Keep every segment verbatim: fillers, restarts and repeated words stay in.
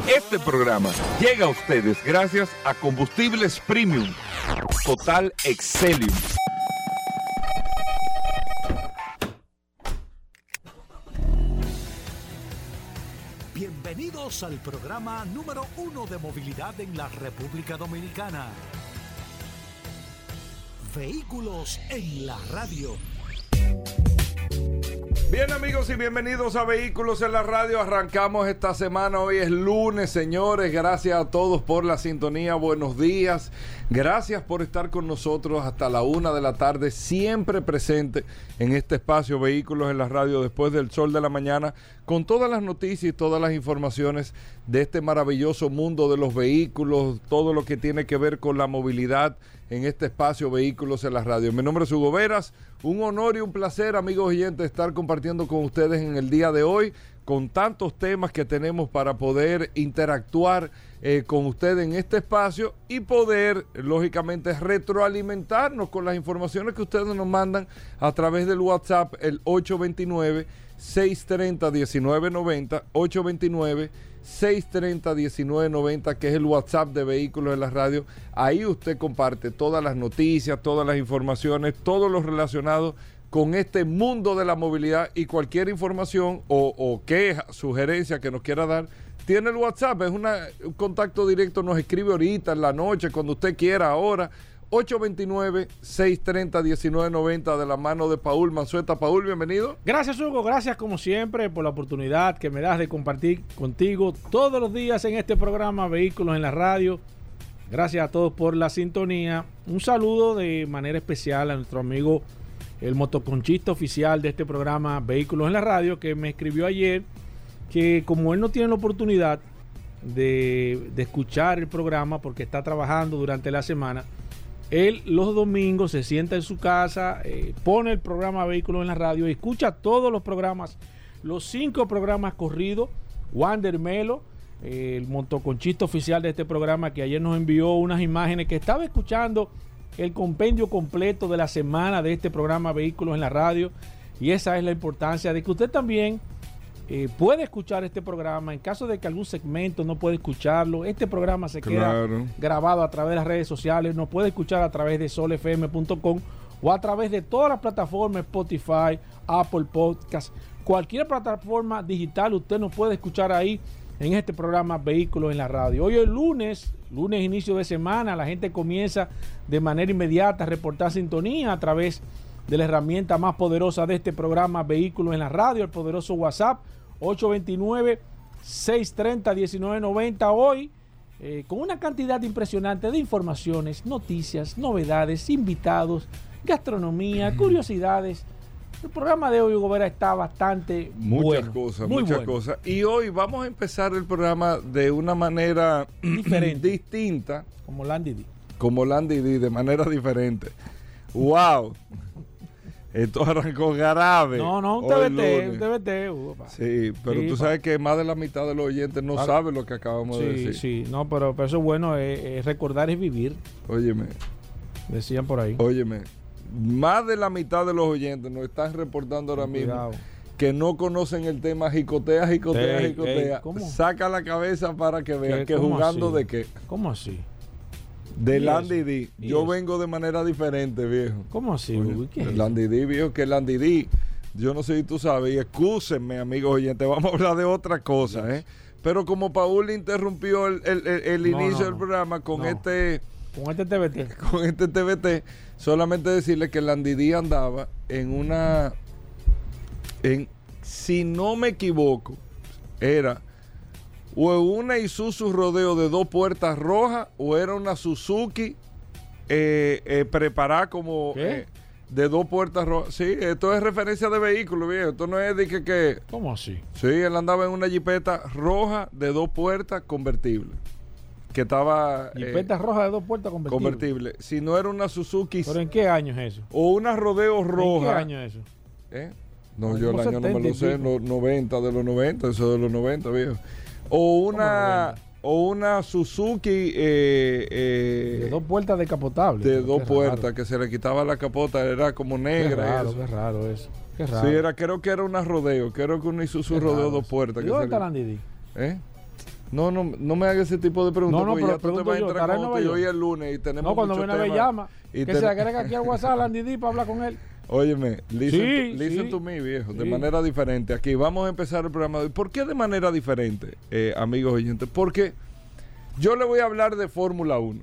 Este programa llega a ustedes gracias a Combustibles Premium Total Excelium. Bienvenidos al programa número uno de movilidad en la República Dominicana. Vehículos en la Radio. Bien, amigos, y bienvenidos a Vehículos en la Radio. Arrancamos esta semana, hoy es lunes, señores. Gracias a todos por la sintonía, buenos días. Gracias por estar con nosotros hasta la una de la tarde, siempre presente en este espacio Vehículos en la Radio después del sol de la mañana, con todas las noticias y todas las informaciones de este maravilloso mundo de los vehículos, todo lo que tiene que ver con la movilidad en este espacio Vehículos en la Radio. Mi nombre es Hugo Veras, un honor y un placer, amigos oyentes, estar compartiendo con ustedes en el día de hoy, con tantos temas que tenemos para poder interactuar eh, con ustedes en este espacio y poder, lógicamente, retroalimentarnos con las informaciones que ustedes nos mandan a través del WhatsApp, el ocho dos nueve, seis tres cero, uno nueve nueve cero, ocho dos nueve, seis tres cero, uno nueve nueve cero, que es el WhatsApp de Vehículos en la Radio. Ahí usted comparte todas las noticias, todas las informaciones, todo lo relacionado con este mundo de la movilidad, y cualquier información o, o queja, sugerencia que nos quiera dar, tiene el WhatsApp, es una, un contacto directo, nos escribe ahorita, en la noche, cuando usted quiera, ahora, ocho dos nueve, seis tres cero, uno nueve nueve cero, de la mano de Paul Manzueta. Paul, bienvenido. Gracias, Hugo, gracias como siempre por la oportunidad que me das de compartir contigo todos los días en este programa Vehículos en la Radio. Gracias a todos por la sintonía. Un saludo de manera especial a nuestro amigo el motoconchista oficial de este programa Vehículos en la Radio, que me escribió ayer que como él no tiene la oportunidad de, de escuchar el programa porque está trabajando durante la semana, él los domingos se sienta en su casa, eh, pone el programa Vehículos en la Radio y escucha todos los programas, los cinco programas corridos. Wander Melo, eh, el motoconchista oficial de este programa, que ayer nos envió unas imágenes que estaba escuchando el compendio completo de la semana de este programa Vehículos en la Radio, y esa es la importancia de que usted también eh, puede escuchar este programa. En caso de que algún segmento no puede escucharlo, este programa se Claro. queda grabado a través de las redes sociales, nos puede escuchar a través de sol f m punto com o a través de todas las plataformas, Spotify, Apple Podcast, cualquier plataforma digital usted nos puede escuchar ahí en este programa Vehículos en la Radio. Hoy es lunes, lunes inicio de semana, la gente comienza de manera inmediata a reportar sintonía a través de la herramienta más poderosa de este programa Vehículos en la Radio, el poderoso WhatsApp, ocho dos nueve, seis tres cero, uno nueve nueve cero. Hoy, eh, con una cantidad impresionante de informaciones, noticias, novedades, invitados, gastronomía, curiosidades. El programa de hoy, Hugo Vera, está bastante Muchas bueno, cosas, muy muchas bueno. cosas. Y hoy vamos a empezar el programa de una manera Diferente. distinta, Como Landy D. como Landy D, de manera diferente. ¡Wow! Esto arrancó grave. No, no, un hoy T V T, lunes. un T V T, Hugo, pa. Sí, pero Sí, tú pa. sabes que más de la mitad de los oyentes no Ah, saben lo que acabamos de Sí, decir. sí, no, pero, pero eso es bueno, eh, eh, recordar es vivir, Óyeme, decían por ahí. óyeme. Más de la mitad de los oyentes nos están reportando ahora mismo Cuidado. que no conocen el tema jicotea, jicotea, Ey, jicotea. ey, ¿cómo? Saca la cabeza para que vean ¿Qué? que ¿Cómo jugando así? de qué. ¿Cómo así? De ¿Y Landy eso? D. ¿Y Yo eso? vengo de manera diferente, viejo. ¿Cómo así, Hugo? ¿Y qué es eso? Landy D, viejo, que Landy D. Yo no sé si tú sabes, y excúsenme, amigos oyentes, vamos a hablar de otra cosa, ¿eh? Pero como Paul interrumpió el, el, el, el No, inicio no, del no. programa con No. este Con este T V T. con este T V T, solamente decirle que Landy D andaba en una, en, si no me equivoco, era o una Isuzu Rodeo de dos puertas rojas o era una Suzuki eh, eh, preparada como ¿Qué? eh, de dos puertas rojas. Sí, esto es referencia de vehículos, viejo. Esto no es de que, que ¿Cómo así? sí, él andaba en una jipeta roja de dos puertas convertible. Que estaba Y eh, petas rojas de dos puertas convertibles. convertible. Si no era una Suzuki ¿Pero en qué año es eso? o una Rodeo ¿En qué roja. año es eso? ¿Eh? No, Como yo el año no me setenta y lo sé, pico. no, noventa, de los noventa, eso de los noventa, viejo. O una, noventa? o una Suzuki eh, eh, De dos puertas decapotable. de Pero dos qué puertas, raro. que se le quitaba la capota, era como Qué negra. y raro, eso. qué raro eso. Qué raro. Sí, era, creo que era una Rodeo, creo que una Isuzu Qué Rodeo raro dos eso. puertas. ¿Y que dónde se está le- Landy D? ¿Eh? No, no, no me hagas ese tipo de preguntas. No, no, porque pero ya tú te vas a yo, entrar ¿estará en con Nueva que York? hoy es lunes y tenemos No, cuando mucho viene a ver tema llama. y Que ten- se agrega aquí al WhatsApp, Landy D, para hablar con él. Óyeme, listen, Sí, to, listen sí. to me, viejo, de Sí. manera diferente. Aquí vamos a empezar el programa de hoy. ¿Por qué de manera diferente, eh, amigos oyentes? Porque yo le voy a hablar de Fórmula uno.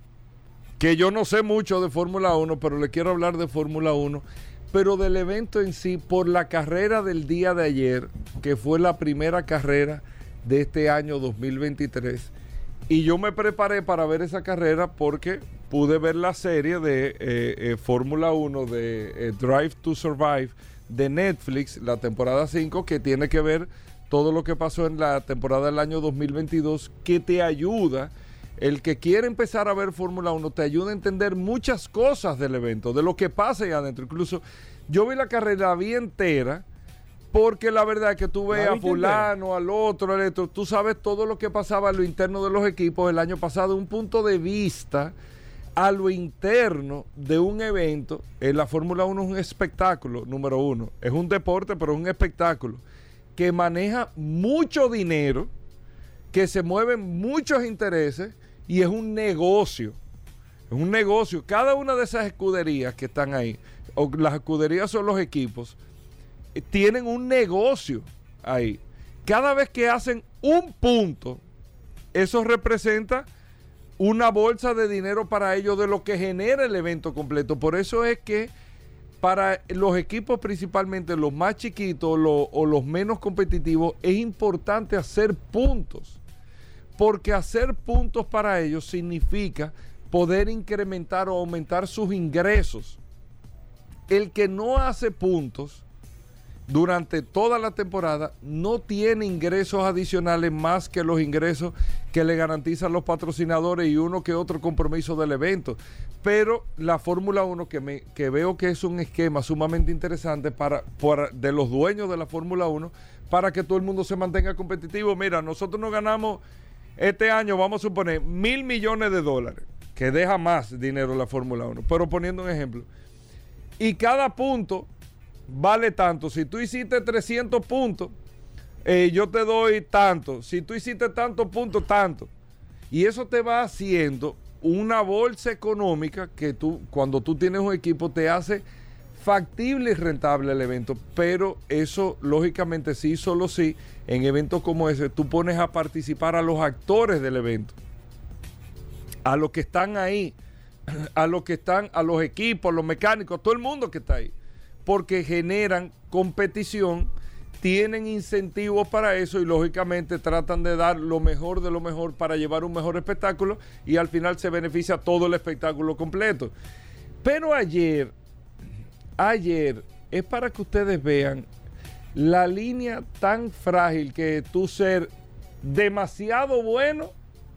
Que yo no sé mucho de Fórmula uno, pero le quiero hablar de Fórmula uno. Pero del evento en sí, por la carrera del día de ayer, que fue la primera carrera de este año dos mil veintitrés. Y yo me preparé para ver esa carrera porque pude ver la serie de eh, eh, Fórmula uno de eh, Drive to Survive de Netflix, la temporada cinco, que tiene que ver todo lo que pasó en la temporada del año dos mil veintidós, que te ayuda, el que quiere empezar a ver Fórmula uno, te ayuda a entender muchas cosas del evento, de lo que pasa ahí adentro. Incluso yo vi la carrera, la vi entera, porque la verdad es que tú ves ¿La a viste fulano, al otro, al otro, tú sabes todo lo que pasaba en lo interno de los equipos el año pasado, un punto de vista a lo interno de un evento. En la Fórmula uno es un espectáculo, número uno. Es un deporte, pero es un espectáculo que maneja mucho dinero, que se mueven muchos intereses y es un negocio. Es un negocio. Cada una de esas escuderías que están ahí, o las escuderías son los equipos, tienen un negocio ahí. Cada vez que hacen un punto, eso representa una bolsa de dinero para ellos, de lo que genera el evento completo. Por eso es que para los equipos, principalmente los más chiquitos lo, o los menos competitivos, es importante hacer puntos, porque hacer puntos para ellos significa poder incrementar o aumentar sus ingresos. El que no hace puntos durante toda la temporada no tiene ingresos adicionales más que los ingresos que le garantizan los patrocinadores y uno que otro compromiso del evento. Pero la Fórmula uno, que, me, que veo que es un esquema sumamente interesante para, para de los dueños de la Fórmula uno, para que todo el mundo se mantenga competitivo. Mira, nosotros nos ganamos este año, vamos a suponer, mil millones de dólares, que deja más dinero la Fórmula uno, pero poniendo un ejemplo. Y cada punto vale tanto. Si tú hiciste trescientos puntos, eh, yo te doy tanto. Si tú hiciste tantos puntos, tanto. Y eso te va haciendo una bolsa económica que tú, cuando tú tienes un equipo, te hace factible y rentable el evento. Pero eso, lógicamente, sí, solo sí, en eventos como ese, tú pones a participar a los actores del evento, a los que están ahí, a los que están, a los equipos, a los mecánicos, a todo el mundo que está ahí, porque generan competición, tienen incentivos para eso y lógicamente tratan de dar lo mejor de lo mejor para llevar un mejor espectáculo y al final se beneficia todo el espectáculo completo. Pero ayer, ayer, es para que ustedes vean la línea tan frágil que tú ser demasiado bueno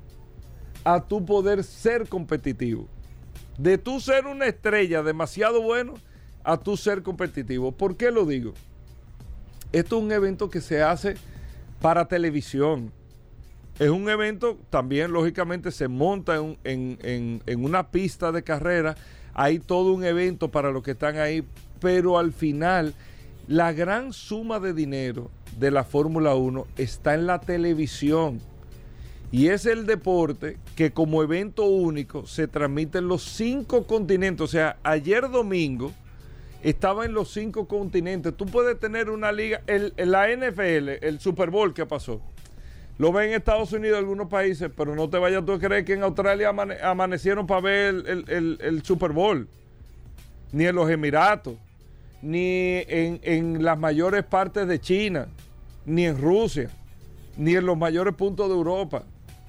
a tu poder ser competitivo. De tú ser una estrella demasiado bueno a tu ser competitivo. ¿Por qué lo digo? Esto es un evento que se hace para televisión. Es un evento, también lógicamente se monta en, en, en, en una pista de carrera. Hay todo un evento para los que están ahí, pero al final la gran suma de dinero de la Fórmula uno está en la televisión. Y es el deporte que como evento único se transmite en los cinco continentes. O sea, ayer domingo estaba en los cinco continentes. Tú puedes tener una liga, el, la N F L, el Super Bowl que pasó, lo ven en Estados Unidos, en algunos países, pero no te vayas tú a creer que en Australia amane, amanecieron para ver el, el, el, el Super Bowl, ni en los Emiratos, ni en, en las mayores partes de China, ni en Rusia, ni en los mayores puntos de Europa.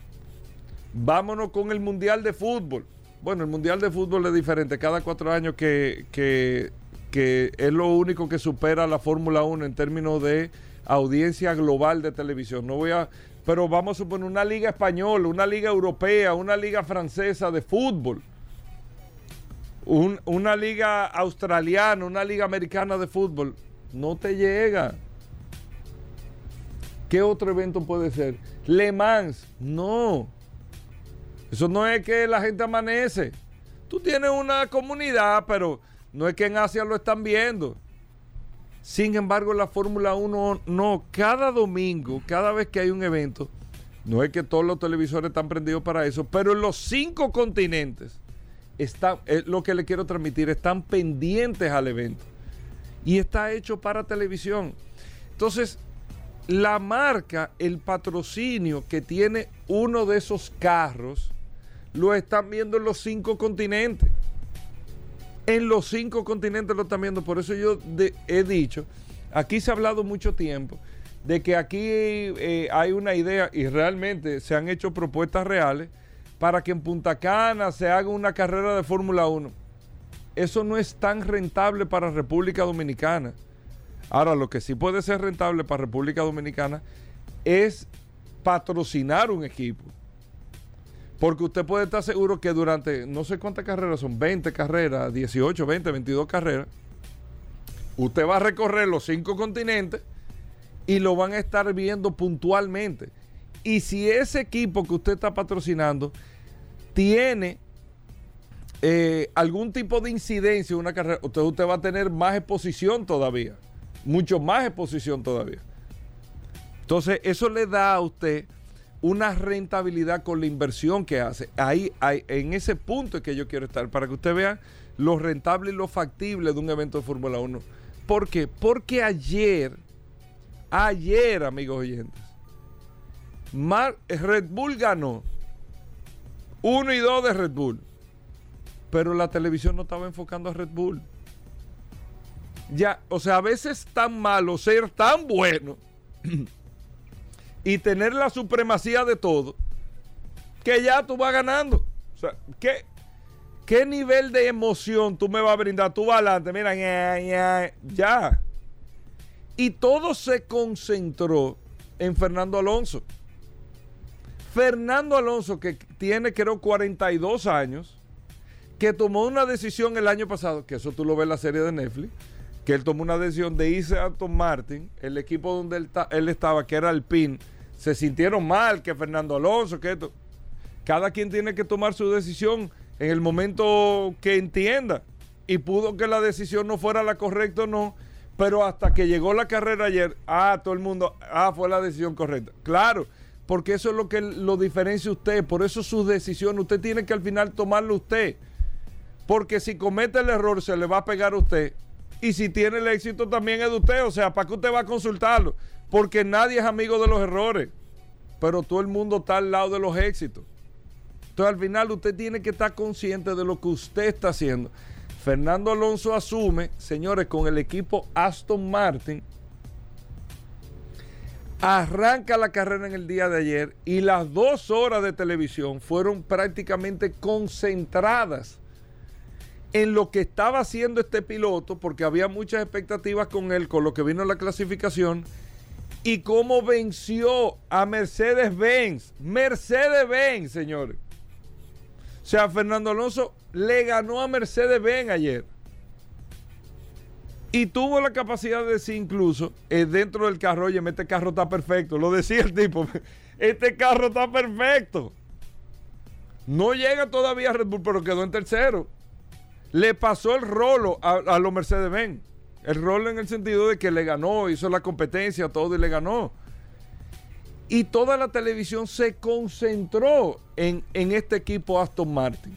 Vámonos con el Mundial de Fútbol. Bueno, el Mundial de Fútbol es diferente, cada cuatro años que, que, que es lo único que supera la Fórmula uno en términos de audiencia global de televisión. No voy a, pero vamos a suponer una liga española, una liga europea, una liga francesa de fútbol, un, una liga australiana, una liga americana de fútbol. No te llega. ¿Qué otro evento puede ser? Le Mans, no. Eso no es que la gente amanece. Tú tienes una comunidad, pero no es que en Asia lo están viendo. Sin embargo, la Fórmula uno no. Cada domingo, cada vez que hay un evento, No es que todos los televisores están prendidos para eso, pero en los cinco continentes, está, es lo que le quiero transmitir, están pendientes al evento. Y está hecho para televisión. Entonces, la marca, el patrocinio que tiene uno de esos carros, lo están viendo en los cinco continentes. En los cinco continentes lo están viendo. Por eso yo de, he dicho, aquí se ha hablado mucho tiempo, de que aquí eh, hay una idea, y realmente se han hecho propuestas reales, para que en Punta Cana se haga una carrera de Fórmula uno. Eso no es tan rentable para República Dominicana. Ahora, lo que sí puede ser rentable para República Dominicana es patrocinar un equipo. Porque usted puede estar seguro que durante, no sé cuántas carreras son, veinte carreras, dieciocho, veinte, veintidós carreras, usted va a recorrer los cinco continentes y lo van a estar viendo puntualmente. Y si ese equipo que usted está patrocinando tiene eh, algún tipo de incidencia en una carrera, usted, usted va a tener más exposición todavía. Mucho más exposición todavía. Entonces, eso le da a usted una rentabilidad con la inversión que hace. Ahí, ahí, en ese punto es que yo quiero estar, para que usted vea lo rentable y lo factible de un evento de Fórmula uno. ¿Por qué? Porque ayer, ayer, amigos oyentes, Mar, Red Bull ganó. Uno y dos de Red Bull. Pero la televisión no estaba enfocando a Red Bull. Ya, o sea, a veces es tan malo ser tan bueno y tener la supremacía de todo, que ya tú vas ganando. O sea, ¿qué, qué nivel de emoción tú me vas a brindar? Tú vas adelante, mira, ya, ya, ya. Y todo se concentró en Fernando Alonso. Fernando Alonso, que tiene creo cuarenta y dos años, que tomó una decisión el año pasado, que eso tú lo ves en la serie de Netflix, que él tomó una decisión de irse a Aston Martin, el equipo donde él, ta, él estaba, que era Alpine, se sintieron mal, que Fernando Alonso, que esto. Cada quien tiene que tomar su decisión en el momento que entienda. Y pudo que la decisión no fuera la correcta o no, pero hasta que llegó la carrera ayer, ah, todo el mundo, ah, fue la decisión correcta. Claro, porque eso es lo que lo diferencia a usted, por eso sus decisiones, usted tiene que al final tomarlo usted. Porque si comete el error, se le va a pegar a usted. Y si tiene el éxito también es de usted. O sea, ¿para qué usted va a consultarlo? Porque nadie es amigo de los errores. Pero todo el mundo está al lado de los éxitos. Entonces, al final, usted tiene que estar consciente de lo que usted está haciendo. Fernando Alonso asume, señores, con el equipo Aston Martin. Arranca la carrera en el día de ayer. Y las dos horas de televisión fueron prácticamente concentradas en lo que estaba haciendo este piloto, porque había muchas expectativas con él, con lo que vino en la clasificación, y cómo venció a Mercedes-Benz. Mercedes-Benz, señores. O sea, Fernando Alonso le ganó a Mercedes-Benz ayer. Y tuvo la capacidad de decir incluso, eh, dentro del carro, oye, este carro está perfecto. Lo decía el tipo, este carro está perfecto. No llega todavía a Red Bull, pero quedó en tercero. Le pasó el rolo a, a los Mercedes-Benz. El rolo en el sentido de que le ganó, hizo la competencia, todo y le ganó. Y toda la televisión se concentró en, en este equipo Aston Martin.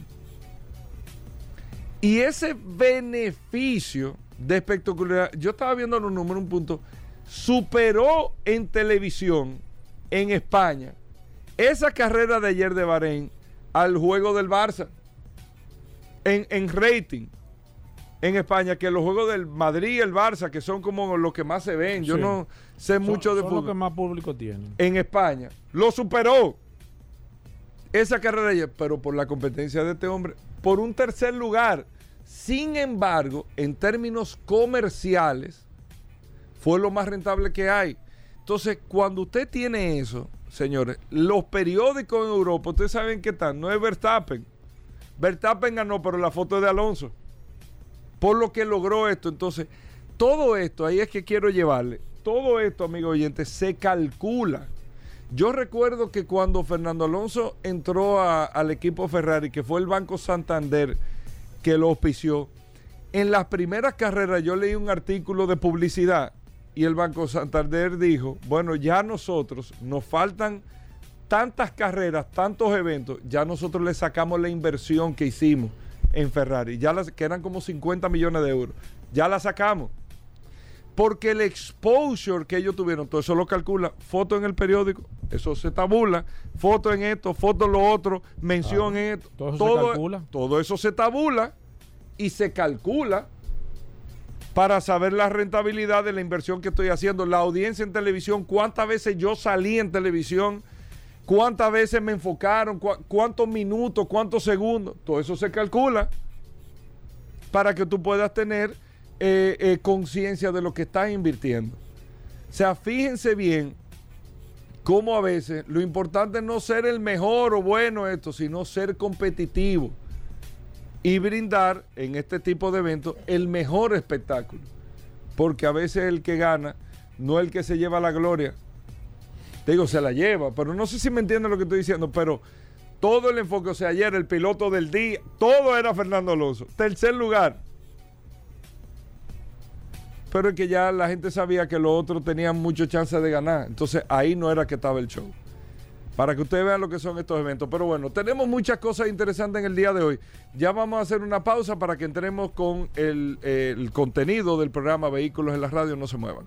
Y ese beneficio de espectacularidad, yo estaba viendo los números, un punto, superó en televisión en España esa carrera de ayer de Bahrein al juego del Barça. En, en rating en España, que los juegos del Madrid y el Barça, que son como los que más se ven, yo sí. no sé son, mucho de son fútbol. Los que más público tienen. En España, lo superó esa carrera ayer, pero por la competencia de este hombre, por un tercer lugar. Sin embargo, en términos comerciales, fue lo más rentable que hay. Entonces, cuando usted tiene eso, señores, los periódicos en Europa, ustedes saben qué tal, no es Verstappen. Verstappen ganó, pero la foto es de Alonso. Por lo que logró esto. Entonces, todo esto, ahí es que quiero llevarle. Todo esto, amigo oyente, se calcula. Yo recuerdo que cuando Fernando Alonso entró a, al equipo Ferrari, que fue el Banco Santander que lo auspició, en las primeras carreras yo leí un artículo de publicidad y el Banco Santander dijo, bueno, ya nosotros nos faltan tantas carreras, tantos eventos, ya nosotros le sacamos la inversión que hicimos en Ferrari, ya las, que eran como cincuenta millones de euros, ya la sacamos. Porque el exposure que ellos tuvieron, todo eso lo calcula, foto en el periódico, eso se tabula, foto en esto, foto en lo otro, mención claro. en esto, Todo eso todo, se calcula. todo eso se tabula y se calcula para saber la rentabilidad de la inversión que estoy haciendo, la audiencia en televisión, cuántas veces yo salí en televisión, cuántas veces me enfocaron, cu- cuántos minutos, cuántos segundos, todo eso se calcula para que tú puedas tener eh, eh, conciencia de lo que estás invirtiendo. O sea, fíjense bien cómo a veces lo importante es no ser el mejor o bueno esto, sino ser competitivo y brindar en este tipo de eventos el mejor espectáculo, porque a veces el que gana no es el que se lleva la gloria. Te digo, se la lleva, pero no sé si me entienden lo que estoy diciendo, pero todo el enfoque, o sea, ayer el piloto del día, todo era Fernando Alonso, tercer lugar. Pero es que ya la gente sabía que los otros tenían mucho chance de ganar, entonces ahí no era que estaba el show. Para que ustedes vean lo que son estos eventos. Pero bueno, tenemos muchas cosas interesantes en el día de hoy. Ya vamos a hacer una pausa para que entremos con el, el contenido del programa Vehículos en la Radio. No se muevan.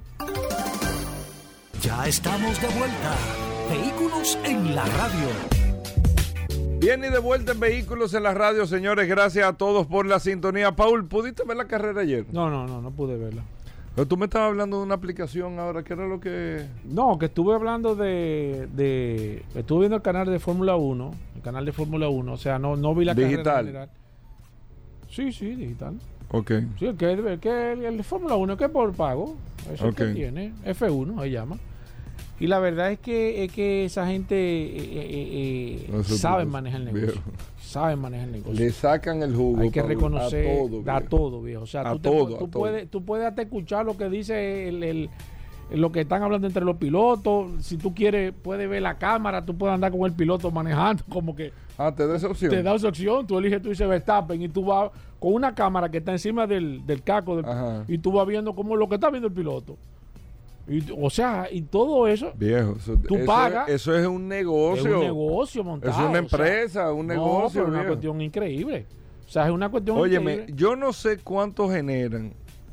Ya estamos de vuelta. Vehículos en la Radio. Bien, y de vuelta en Vehículos en la Radio, señores. Gracias a todos por la sintonía. Paul, ¿pudiste ver la carrera ayer? No, no, no, no pude verla. Pero tú me estabas hablando de una aplicación ahora, ¿qué era lo que...? No, que estuve hablando de... de estuve viendo el canal de Fórmula uno, el canal de Fórmula uno, o sea, no, no vi la ¿Digital? carrera general. Sí, sí, digital. Ok. Sí, el que el, que el, el de Fórmula uno, que es por pago, eso Okay. que tiene, F uno se llama. Y la verdad es que, es que esa gente eh, eh, eh, No, eso sabe tú- manejar el negocio. viejo. Saben manejar el negocio. Le sacan el jugo. Hay que Pablo, reconocer, a todo, da viejo. todo, viejo. O sea, A tú, te- todo, tú a todo. puedes, tú puedes hasta escuchar lo que dice el, el- lo que están hablando entre los pilotos. Si tú quieres, puedes ver la cámara, tú puedes andar con el piloto manejando, como que Ah, te da esa opción. te da esa opción. Tú eliges, tú dices Verstappen y tú vas con una cámara que está encima del, del casco del- Ajá. y tú vas viendo como lo que está viendo el piloto. Y, o sea, y todo eso Viejo, eso, Tú eso pagas. es, eso es un negocio. es un negocio montado. Es una o sea, empresa, un no, negocio. pero es una viejo. cuestión increíble. O sea, es una cuestión Óyeme, increíble. yo no sé cuánto generan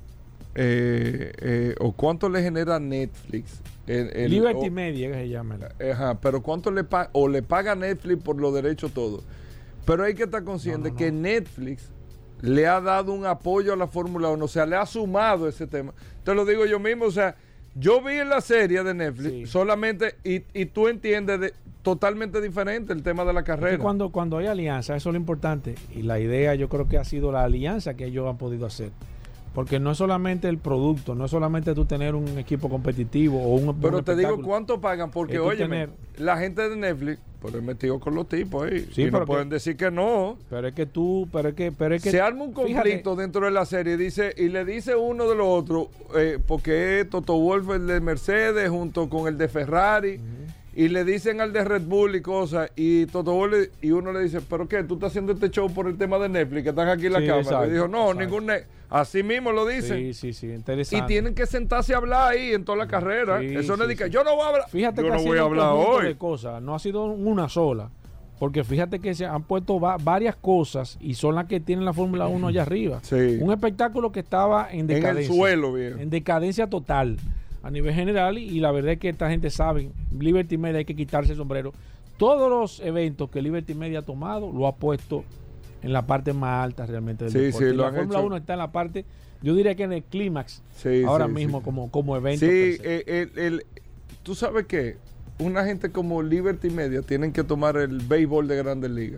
eh, eh, o cuánto le genera Netflix. El, el- Liberty o- Media, que se llama. Ajá, pero cuánto le paga, o le paga Netflix por los derechos todo. Pero hay que estar consciente No, no, que no. Netflix le ha dado un apoyo a la Fórmula uno, o sea, le ha sumado ese tema. Te lo digo yo mismo, o sea, yo vi en la serie de Netflix Sí. solamente, y, y tú entiendes de, totalmente diferente el tema de la Es carrera. que cuando, cuando hay alianza, eso es lo importante. Y la idea yo creo que ha sido la alianza que ellos han podido hacer. Porque no es solamente el producto, no es solamente tú tener un equipo competitivo o un Pero un te digo espectáculo. cuánto pagan, porque Es tú oye, tener- la gente de Netflix, pues he metido con los tipos ahí, Sí, y no pero pueden que- decir que no. Pero es que tú, pero es que, pero es que Se arma un fíjate, conflicto dentro de la serie, dice, y le dice uno de los otros, eh, porque es Toto Wolff el de Mercedes junto con el de Ferrari, y le dicen al de Red Bull y cosas, y Toto Wolff le- y uno le dice, ¿pero qué? ¿Tú estás haciendo este show por el tema de Netflix, que están aquí en la Sí, cámara? exacto, y dijo, no, exacto. ningún ne así mismo lo dicen. Sí, sí, sí, Y interesante. tienen que sentarse a hablar ahí en toda la carrera. Sí, Eso no es sí, de que sí. yo no voy a hablar. Fíjate yo que no ha sido voy a un hablar conjunto hoy. de cosas, no ha sido una sola. Porque fíjate que se han puesto va- varias cosas y son las que tienen la Fórmula uno allá arriba. Sí. Un espectáculo que estaba en En decadencia. el suelo, viejo. En decadencia total a nivel general. Y, y la verdad es que esta gente sabe, Liberty Media hay que quitarse el sombrero. Todos los eventos que Liberty Media ha tomado lo ha puesto en la parte más alta realmente del Sí, deporte. sí, Y lo la han Fórmula hecho. uno está en la parte, yo diría que en el clímax Sí, ahora sí, mismo sí. como, como evento. Sí, per se. eh, el, el- tú sabes que una gente como Liberty Media tienen que tomar el béisbol de Grandes Ligas.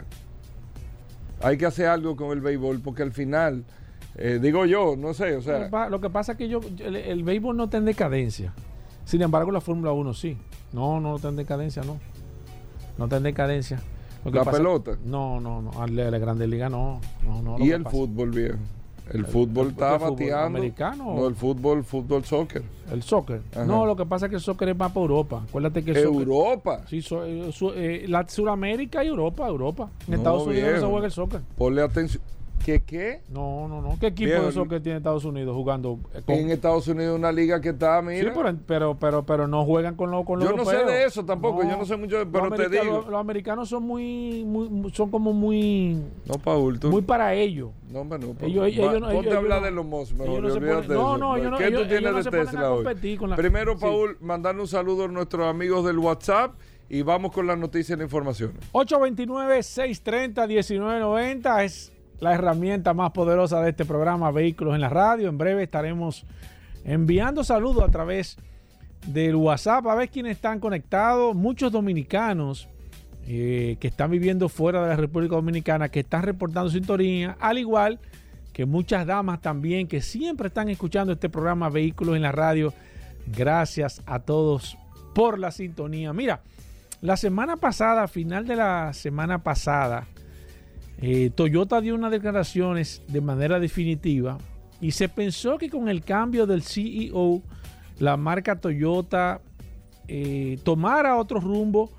Hay que hacer algo con el béisbol porque al final, eh, digo yo, no sé, o Lo que sea, pa- lo que pasa es que yo, yo- el, el béisbol no está en decadencia. Sin embargo, la Fórmula uno sí. No, no está en decadencia, no. No está en decadencia. Lo que la pasa- pelota No, no, no. A la, la Grande Liga no. no, no lo y que el pasa- fútbol, viejo. El, El- fútbol el- está ¿qué fútbol? bateando. ¿Americano? No, el fútbol, fútbol soccer. El soccer. Ajá. No, lo que pasa es que el soccer es más para Europa. Acuérdate que el soccer- Europa. Sí, so- eh, su- eh, la Sudamérica y Europa, Europa. En No, Estados Unidos no se viejo. juega el soccer. Ponle atención. ¿Qué qué? No, no, no. ¿Qué equipo Bien, de eso que tiene Estados Unidos jugando? Con... En Estados Unidos una liga que está, mira. Sí, pero, pero, pero, pero no juegan con, lo, con los Yo no europeos. sé de eso tampoco, no, yo no sé mucho, de, pero te digo. Los, los americanos son muy, muy, son como muy... No, Paul, tú. Muy para ellos. No, hombre, no. Ellos, ellos, Va, ellos, ponte ellos, a hablar no, de los Moss, mejor, no, olvídate de no, eso. no, ellos no, ¿Qué ellos, tú tienes ellos no de se Tesla hoy? Con la... Primero, Paul, sí. mandarle un saludo a nuestros amigos del WhatsApp y vamos con las noticias y las informaciones. ocho dos nueve, seis tres cero, uno nueve nueve cero es la herramienta más poderosa de este programa Vehículos en la Radio. En breve estaremos enviando saludos a través del WhatsApp a ver quiénes están conectados. Muchos dominicanos eh, que están viviendo fuera de la República Dominicana, que están reportando sintonía, al igual que muchas damas también que siempre están escuchando este programa Vehículos en la Radio. Gracias a todos por la sintonía. Mira, la semana pasada, a final de la semana pasada, Eh, Toyota dio unas declaraciones de manera definitiva y se pensó que con el cambio del C E O la marca Toyota eh, tomara otro rumbo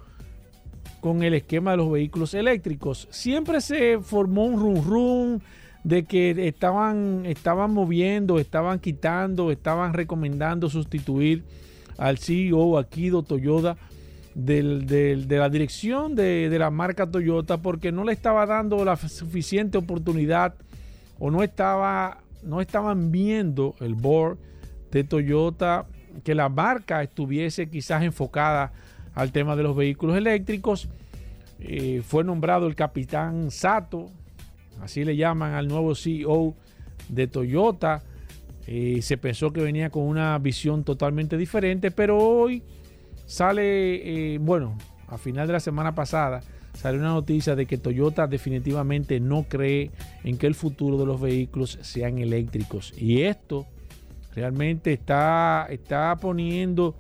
con el esquema de los vehículos eléctricos. Siempre se formó un rum rum de que estaban, estaban moviendo, estaban quitando, estaban recomendando sustituir al C E O Akio Toyoda Del, del, de la dirección de, de la marca Toyota, porque no le estaba dando la suficiente oportunidad o no estaba no estaban viendo el board de Toyota que la marca estuviese quizás enfocada al tema de los vehículos eléctricos. Eh, fue nombrado el capitán Sato, así le llaman al nuevo C E O de Toyota. Eh, se pensó que venía con una visión totalmente diferente, pero hoy sale, eh, bueno, a final de la semana pasada salió una noticia de que Toyota definitivamente no cree en que el futuro de los vehículos sean eléctricos. Y esto realmente está, está poniendo,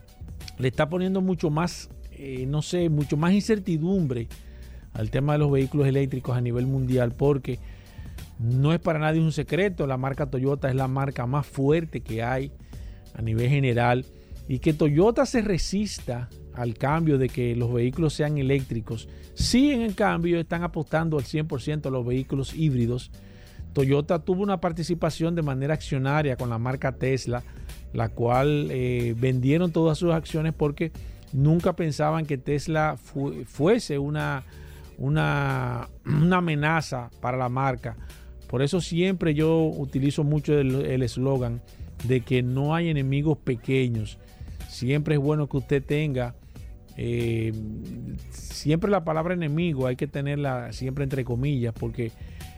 le está poniendo mucho más, eh, no sé, mucho más incertidumbre al tema de los vehículos eléctricos a nivel mundial, porque no es para nadie un secreto, la marca Toyota es la marca más fuerte que hay a nivel general. Y que Toyota se resista al cambio de que los vehículos sean eléctricos. Sí, en el cambio, están apostando al cien por ciento a los vehículos híbridos. Toyota tuvo una participación de manera accionaria con la marca Tesla, la cual eh, vendieron todas sus acciones porque nunca pensaban que Tesla fu- fuese una, una, una amenaza para la marca. Por eso siempre yo utilizo mucho el eslogan de que no hay enemigos pequeños. Siempre es bueno que usted tenga, eh, siempre la palabra enemigo hay que tenerla siempre entre comillas, porque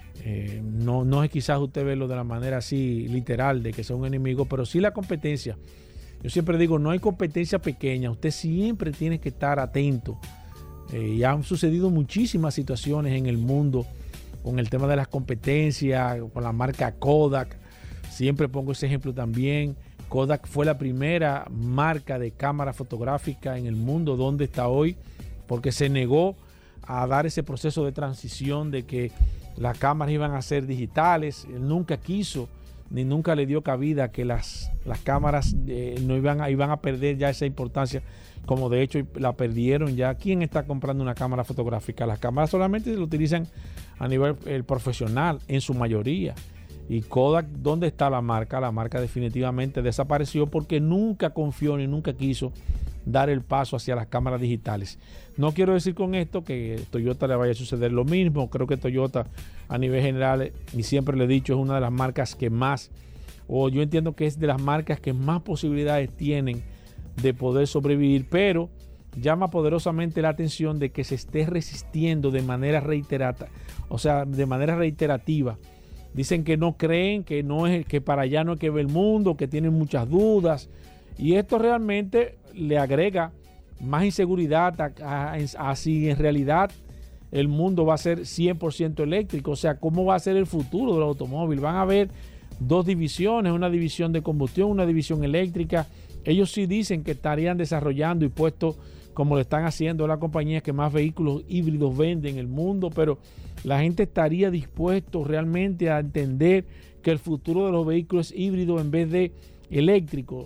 eh, no, no es quizás usted verlo de la manera así literal de que sea un enemigo, pero sí la competencia. Yo siempre digo, no hay competencia pequeña, usted siempre tiene que estar atento. Eh, y han sucedido muchísimas situaciones en el mundo con el tema de las competencias, con la marca Kodak. Siempre pongo ese ejemplo también. Kodak fue la primera marca de cámara fotográfica en el mundo donde está hoy, porque se negó a dar ese proceso de transición de que las cámaras iban a ser digitales. Él nunca quiso ni nunca le dio cabida que las, las cámaras eh, no iban a, iban a perder ya esa importancia, como de hecho la perdieron ya. ¿Quién está comprando una cámara fotográfica? Las cámaras solamente se lo utilizan a nivel eh, profesional en su mayoría. Y Kodak, ¿dónde está la marca? La marca definitivamente desapareció porque nunca confió ni nunca quiso dar el paso hacia las cámaras digitales. No quiero decir con esto que Toyota le vaya a suceder lo mismo. Creo que Toyota a nivel general, y siempre le he dicho, es una de las marcas que más, o yo entiendo que es de las marcas que más posibilidades tienen de poder sobrevivir, pero llama poderosamente la atención de que se esté resistiendo de manera reiterada, o sea, de manera reiterativa. Dicen que no creen, que no es, que para allá no es que ve el mundo, que tienen muchas dudas, y esto realmente le agrega más inseguridad a, a, a si en realidad el mundo va a ser cien por ciento eléctrico. O sea, ¿cómo va a ser el futuro del automóvil? Van a haber dos divisiones, una división de combustión, una división eléctrica. Ellos sí dicen que estarían desarrollando y puesto, como lo están haciendo las compañías que más vehículos híbridos venden en el mundo, pero la gente estaría dispuesto realmente a entender que el futuro de los vehículos híbridos en vez de eléctricos.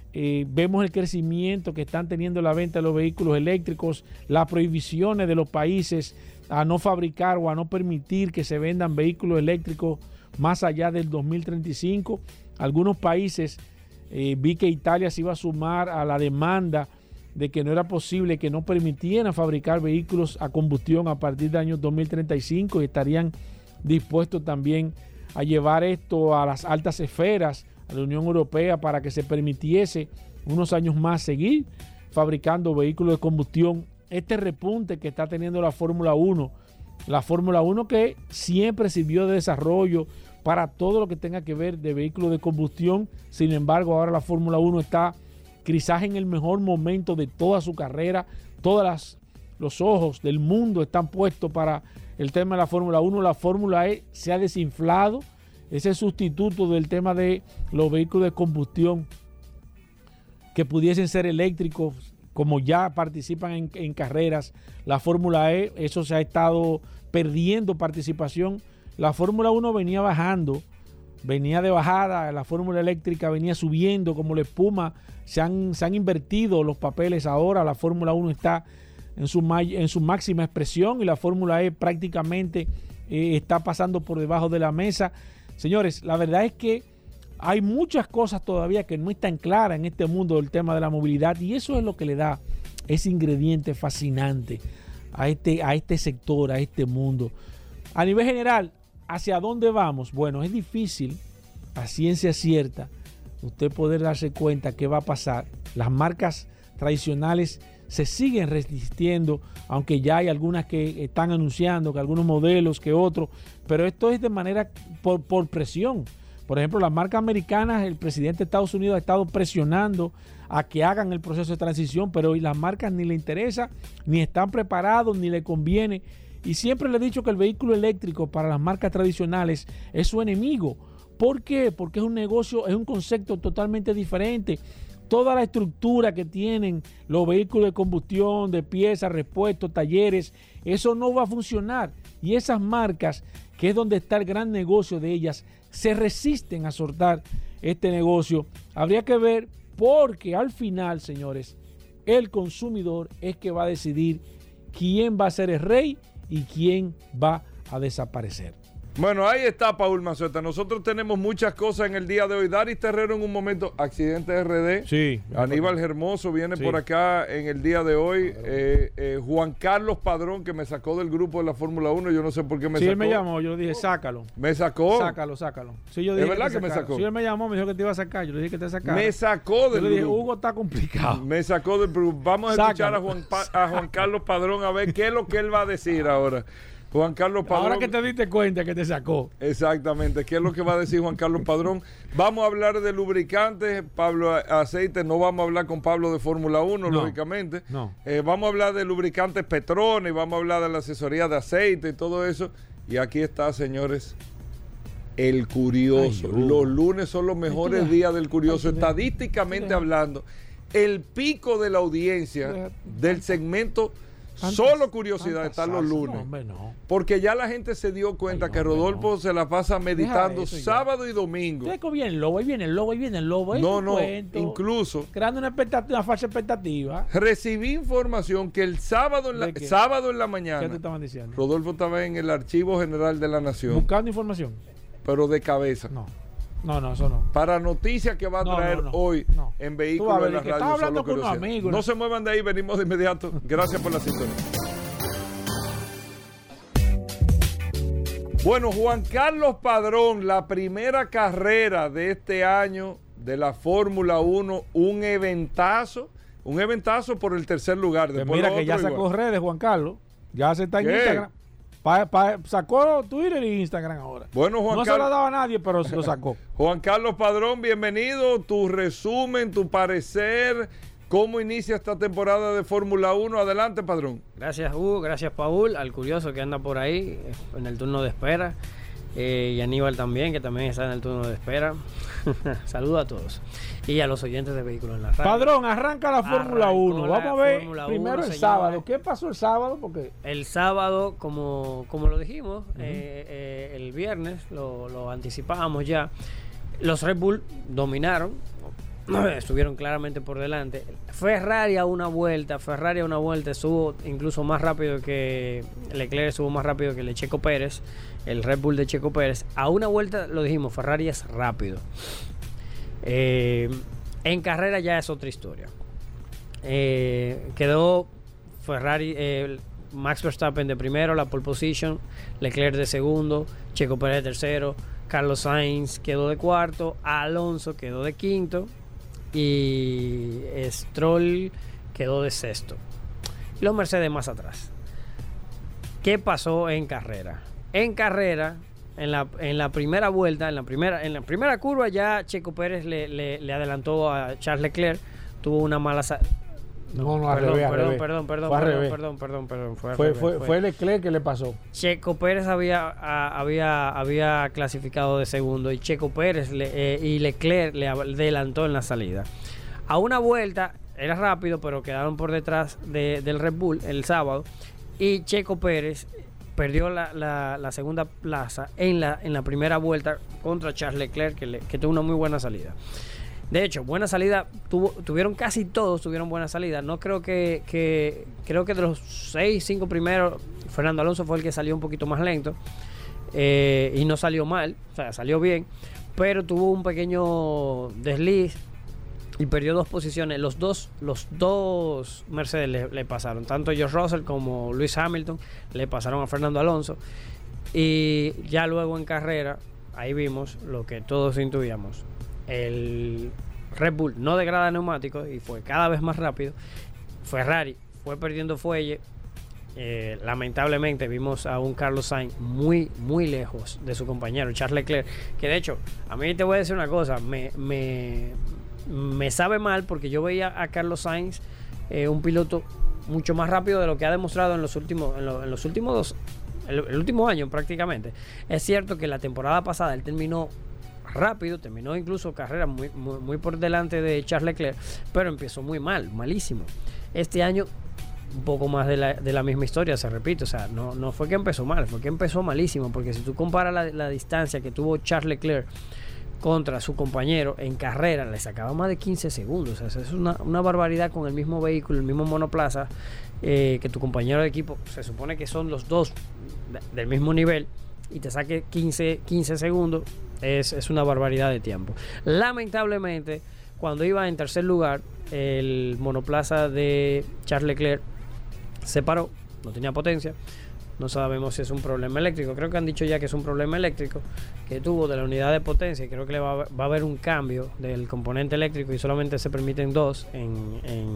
eh, vemos el crecimiento que están teniendo la venta de los vehículos eléctricos, las prohibiciones de los países a no fabricar o a no permitir que se vendan vehículos eléctricos más allá del dos mil treinta y cinco. Algunos países, eh, vi que Italia se iba a sumar a la demanda de que no era posible, que no permitieran fabricar vehículos a combustión a partir del año dos mil treinta y cinco, y estarían dispuestos también a llevar esto a las altas esferas, a la Unión Europea, para que se permitiese unos años más seguir fabricando vehículos de combustión. Este repunte que está teniendo la Fórmula uno, la Fórmula uno que siempre sirvió de desarrollo para todo lo que tenga que ver de vehículos de combustión. Sin embargo, ahora la Fórmula uno está quizás en el mejor momento de toda su carrera. Todos las, los ojos del mundo están puestos para el tema de la Fórmula uno. La Fórmula E se ha desinflado. Ese sustituto del tema de los vehículos de combustión que pudiesen ser eléctricos, como ya participan en, en carreras, la Fórmula E, eso se ha estado perdiendo participación. La Fórmula uno venía bajando, venía de bajada, la Fórmula eléctrica venía subiendo como la espuma. Se han, se han invertido los papeles ahora. La Fórmula uno está en su, en su máxima expresión y la Fórmula E prácticamente eh, está pasando por debajo de la mesa. Señores, la verdad es que hay muchas cosas todavía que no están claras en este mundo del tema de la movilidad, y eso es lo que le da ese ingrediente fascinante a este, a este sector, a este mundo. A nivel general, ¿hacia dónde vamos? Bueno, es difícil, a ciencia cierta, usted poder darse cuenta qué va a pasar. Las marcas tradicionales se siguen resistiendo, aunque ya hay algunas que están anunciando que algunos modelos que otros, pero esto es de manera por, por presión. Por ejemplo, las marcas americanas, el presidente de Estados Unidos ha estado presionando a que hagan el proceso de transición, pero las marcas ni le interesa, ni están preparados, ni le conviene. Y siempre le he dicho que el vehículo eléctrico para las marcas tradicionales es su enemigo. ¿Por qué? Porque es un negocio, es un concepto totalmente diferente. Toda la estructura que tienen los vehículos de combustión, de piezas, repuestos, talleres, eso no va a funcionar. Y esas marcas, que es donde está el gran negocio de ellas, se resisten a soltar este negocio. Habría que ver, porque al final, señores, el consumidor es que va a decidir quién va a ser el rey y quién va a desaparecer. Bueno, ahí está Paul Mazueta. Nosotros tenemos muchas cosas en el día de hoy. Daris Terrero en un momento, accidente R D. Sí. Aníbal Hermoso viene sí. por acá en el día de hoy. Eh, eh, Juan Carlos Padrón, que me sacó del grupo de la Fórmula uno. Yo no sé por qué me sí, sacó. Sí, él me llamó. Yo le dije, sácalo. ¿Me sacó? Sácalo, sácalo. Sí, yo dije ¿Es verdad que, que me sacó? Sí, él me llamó, me dijo que te iba a sacar. Yo le dije que te sacara. Me sacó del yo le dije, grupo. Hugo está complicado. Me sacó del grupo. Vamos a Sácalo. escuchar a Juan, pa a Juan Carlos Padrón a ver qué es lo que él va a decir ahora. Juan Carlos Padrón. Ahora que te diste cuenta que te sacó. Exactamente. ¿Qué es lo que va a decir Juan Carlos Padrón? Vamos a hablar de lubricantes, Pablo Aceite. No vamos a hablar con Pablo de Fórmula uno, no, lógicamente. No. Eh, vamos a hablar de lubricantes Petronas, vamos a hablar de la asesoría de aceite y todo eso. Y aquí está, señores, el curioso. Ay, los lunes son los mejores Ay, días del curioso. Ay, Estadísticamente Ay, hablando, el pico de la audiencia del segmento Solo Curiosidad están los lunes. No, hombre, no. Porque ya la gente se dio cuenta Ay, no, que Rodolfo no. se la pasa meditando eso, sábado ya. y domingo. Ahí viene el lobo, ahí viene el lobo, ahí viene el lobo. No, no, cuento, incluso. Creando una, expectativa, una falsa expectativa. Recibí información que el sábado en la, sábado en la mañana. ¿Qué te estaban diciendo? Rodolfo estaba en el Archivo General de la Nación. Buscando información. Pero de cabeza. No. No, no, eso no. Para noticias que va a traer no, no, no. hoy no. en Vehículos de la Radio. Estaba hablando con unos amigos. No se muevan de ahí, venimos de inmediato. Gracias por la sintonía. Bueno, Juan Carlos Padrón, la primera carrera de este año de la Fórmula uno, un eventazo, un eventazo por el tercer lugar. Después mira que ya sacó igual. redes, Juan Carlos. Ya se está en ¿Qué? Instagram. Pa, pa, sacó Twitter e Instagram ahora. Bueno, Juan no Carlos, se lo daba a nadie, pero se lo sacó. Juan Carlos Padrón, bienvenido. Tu resumen, tu parecer, cómo inicia esta temporada de Fórmula uno. Adelante, Padrón. Gracias, Hugo. Gracias, Paul. Al curioso que anda por ahí en el turno de espera. Eh, y Aníbal también, que también está en el turno de espera. Saludos a todos. Y a los oyentes de Vehículos en la Radio. Padrón, arranca la Fórmula uno. Vamos a ver primero el sábado. ¿Qué pasó el sábado? Porque el sábado, como, como lo dijimos, uh-huh. eh, eh, el viernes, lo, lo anticipábamos ya, los Red Bull dominaron. estuvieron claramente por delante. Ferrari a una vuelta, Ferrari a una vuelta estuvo incluso más rápido que Leclerc, estuvo más rápido que el de Checo Pérez, el Red Bull de Checo Pérez. A una vuelta, lo dijimos, Ferrari es rápido. Eh, en carrera ya es otra historia. Eh, quedó Ferrari, eh, Max Verstappen de primero, la pole position, Leclerc de segundo, Checo Pérez de tercero, Carlos Sainz quedó de cuarto, Alonso quedó de quinto y Stroll quedó de sexto. Los Mercedes más atrás. ¿Qué pasó en carrera? En carrera, en la, en la primera vuelta, en la primera, en la primera curva ya Checo Pérez le, le, le adelantó a Charles Leclerc, tuvo una mala sa- No, no, al perdón, revés, al perdón, revés. perdón, perdón, Fue al perdón, revés. perdón, perdón, perdón, fue, al Fue, revés, fue, fue. fue Leclerc que le pasó. Checo Pérez había, a- había, había clasificado de segundo y Checo Pérez le, eh, y Leclerc le adelantó en la salida. A una vuelta, era rápido, pero quedaron por detrás de, del Red Bull el sábado y Checo Pérez perdió la, la, la segunda plaza en la, en la primera vuelta contra Charles Leclerc, que, le, que tuvo una muy buena salida. De hecho, buena salida, tuvo, tuvieron casi todos, tuvieron buena salida. No creo que, que, creo que de los seis, cinco primeros, Fernando Alonso fue el que salió un poquito más lento eh, y no salió mal, o sea, salió bien, pero tuvo un pequeño desliz y perdió dos posiciones. Los dos, los dos Mercedes le, le pasaron, tanto George Russell como Lewis Hamilton le pasaron a Fernando Alonso. Y ya luego en carrera, ahí vimos lo que todos intuíamos. El Red Bull no degrada neumáticos y fue cada vez más rápido. Ferrari fue perdiendo fuelle. Eh, lamentablemente vimos a un Carlos Sainz muy, muy lejos de su compañero Charles Leclerc. Que de hecho, a mí te voy a decir una cosa, me, me, me sabe mal porque yo veía a Carlos Sainz, eh, un piloto mucho más rápido de lo que ha demostrado en los últimos, en, lo, en los últimos dos, el, el último año prácticamente. Es cierto que la temporada pasada él terminó rápido, terminó incluso carrera muy, muy, muy por delante de Charles Leclerc, pero empezó muy mal, malísimo. Este año un poco más de la, de la misma historia, se repite, o sea, no, no fue que empezó mal, fue que empezó malísimo, porque si tú comparas la, la distancia que tuvo Charles Leclerc contra su compañero en carrera, le sacaba más de quince segundos, o sea, es una, una barbaridad con el mismo vehículo, el mismo monoplaza, eh, que tu compañero de equipo, se supone que son los dos de, del mismo nivel, y te saque quince, quince segundos, es, es una barbaridad de tiempo. Lamentablemente, cuando iba en tercer lugar, el monoplaza de Charles Leclerc se paró, no tenía potencia. No sabemos si es un problema eléctrico. Creo que han dicho ya que es un problema eléctrico que tuvo de la unidad de potencia. Y creo que le va, a, va a haber un cambio del componente eléctrico y solamente se permiten dos en, en,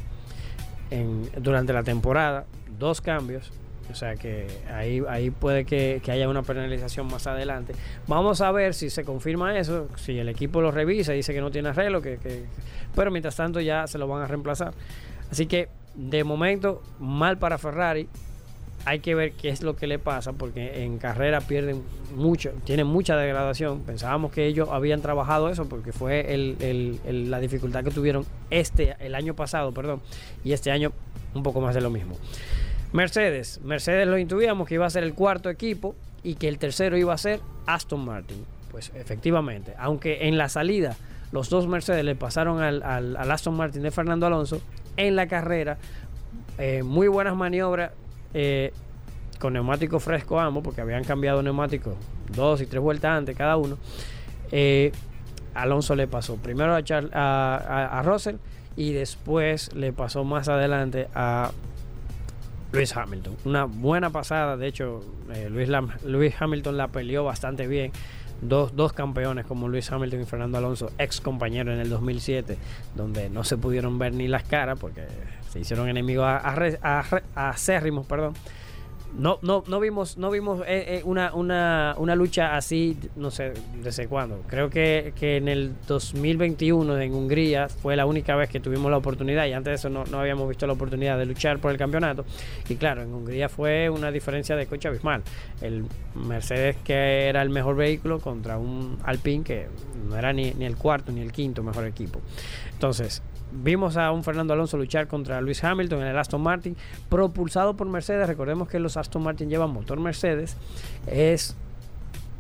en, durante la temporada. Dos cambios. O sea que ahí, ahí puede que, que haya una penalización más adelante. Vamos a ver si se confirma eso, si el equipo lo revisa y dice que no tiene arreglo, que, que, pero mientras tanto ya se lo van a reemplazar. Así que de momento mal para Ferrari. Hay que ver qué es lo que le pasa, porque en carrera pierden mucho, tienen mucha degradación. Pensábamos que ellos habían trabajado eso porque fue el, el, el, la dificultad que tuvieron este el año pasado, perdón, y este año un poco más de lo mismo. Mercedes, Mercedes lo intuíamos que iba a ser el cuarto equipo y que el tercero iba a ser Aston Martin. Pues efectivamente, aunque en la salida los dos Mercedes le pasaron al, al, al Aston Martin de Fernando Alonso, en la carrera, eh, muy buenas maniobras, eh, con neumáticos frescos ambos, porque habían cambiado neumáticos dos y tres vueltas antes cada uno. Eh, Alonso le pasó primero a, Charles, a, a, a Russell y después le pasó más adelante a Lewis Hamilton. Una buena pasada, de hecho, eh, Lewis, Lam- Lewis Hamilton la peleó bastante bien. Dos, dos campeones como Lewis Hamilton y Fernando Alonso, ex compañeros en el dos mil siete, donde no se pudieron ver ni las caras porque se hicieron enemigos a, a, a, a acérrimos, perdón. No, no, no vimos, no vimos eh, eh, una, una, una lucha así, no sé desde cuándo. Creo que, que en el dos mil veintiuno en Hungría fue la única vez que tuvimos la oportunidad, y antes de eso no, no habíamos visto la oportunidad de luchar por el campeonato. Y claro, en Hungría fue una diferencia de coche abismal. El Mercedes, que era el mejor vehículo, contra un Alpine que no era ni, ni el cuarto ni el quinto mejor equipo. Entonces, vimos a un Fernando Alonso luchar contra Lewis Hamilton en el Aston Martin, propulsado por Mercedes. Recordemos que los Aston Martin llevan motor Mercedes. Es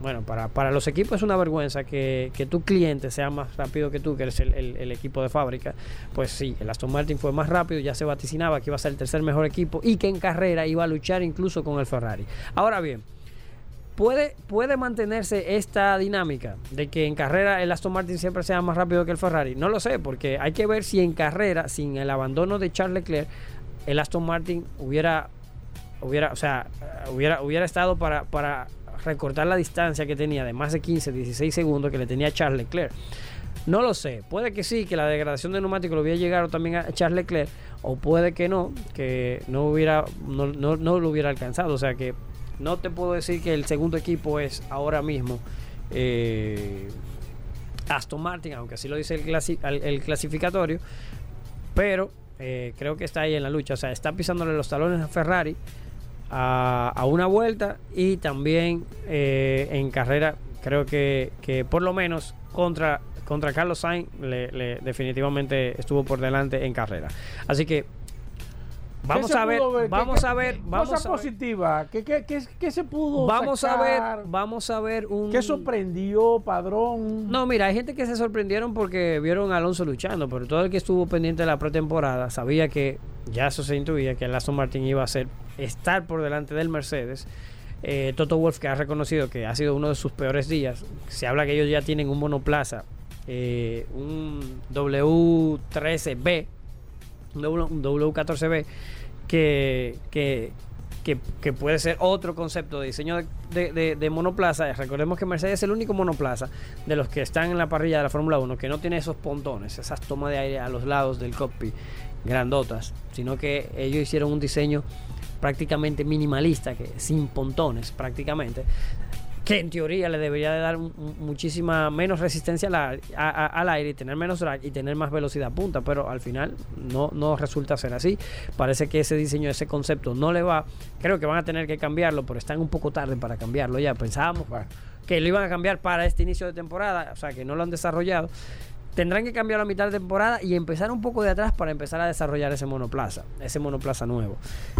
bueno, para, para los equipos es una vergüenza que, que tu cliente sea más rápido que tú, que eres el, el, el equipo de fábrica. Pues sí, el Aston Martin fue más rápido, ya se vaticinaba que iba a ser el tercer mejor equipo y que en carrera iba a luchar incluso con el Ferrari. Ahora bien, ¿puede, puede mantenerse esta dinámica de que en carrera el Aston Martin siempre sea más rápido que el Ferrari? No lo sé, porque hay que ver si en carrera, sin el abandono de Charles Leclerc, el Aston Martin hubiera, hubiera, o sea, hubiera, hubiera estado para... para recortar la distancia que tenía de más de quince, dieciséis segundos que le tenía Charles Leclerc. No lo sé, puede que sí, que la degradación de neumático lo hubiera llegado también a Charles Leclerc, o puede que no, que no hubiera no, no, no lo hubiera alcanzado. O sea que no te puedo decir que el segundo equipo es ahora mismo eh, Aston Martin, aunque así lo dice el, clasi el, el clasificatorio, pero eh, creo que está ahí en la lucha. O sea, está pisándole los talones a Ferrari A, a una vuelta, y también eh, en carrera creo que, que por lo menos contra, contra Carlos Sainz le, le definitivamente estuvo por delante en carrera. Así que vamos a ver, ver, vamos ¿Qué, a ver, vamos cosa a ver. positiva, ¿qué, qué, qué, qué se pudo Vamos sacar? a ver, vamos a ver un ¿Qué sorprendió, Padrón? No, mira, hay gente que se sorprendieron porque vieron a Alonso luchando, pero todo el que estuvo pendiente de la pretemporada sabía que ya eso se intuía, que el Aston Martin iba a ser estar por delante del Mercedes. eh, Toto Wolff, que ha reconocido que ha sido uno de sus peores días. Se habla que ellos ya tienen un monoplaza, eh, un W trece B, un, w, un W catorce B, que, que, que, que puede ser otro concepto de diseño de, de, de, de monoplaza. Recordemos que Mercedes es el único monoplaza de los que están en la parrilla de la Fórmula uno que no tiene esos pontones, esas tomas de aire a los lados del cockpit grandotas, sino que ellos hicieron un diseño prácticamente minimalista, que sin pontones prácticamente, que en teoría le debería de dar un, un, muchísima menos resistencia al, a, a, al aire y tener menos drag y tener más velocidad punta, pero al final no, no resulta ser así. Parece que ese diseño, ese concepto no le va. Creo que van a tener que cambiarlo, pero están un poco tarde para cambiarlo. Ya pensábamos bueno, que lo iban a cambiar para este inicio de temporada, o sea que no lo han desarrollado. Tendrán que cambiar la mitad de temporada y empezar un poco de atrás para empezar a desarrollar ese monoplaza, ese monoplaza nuevo.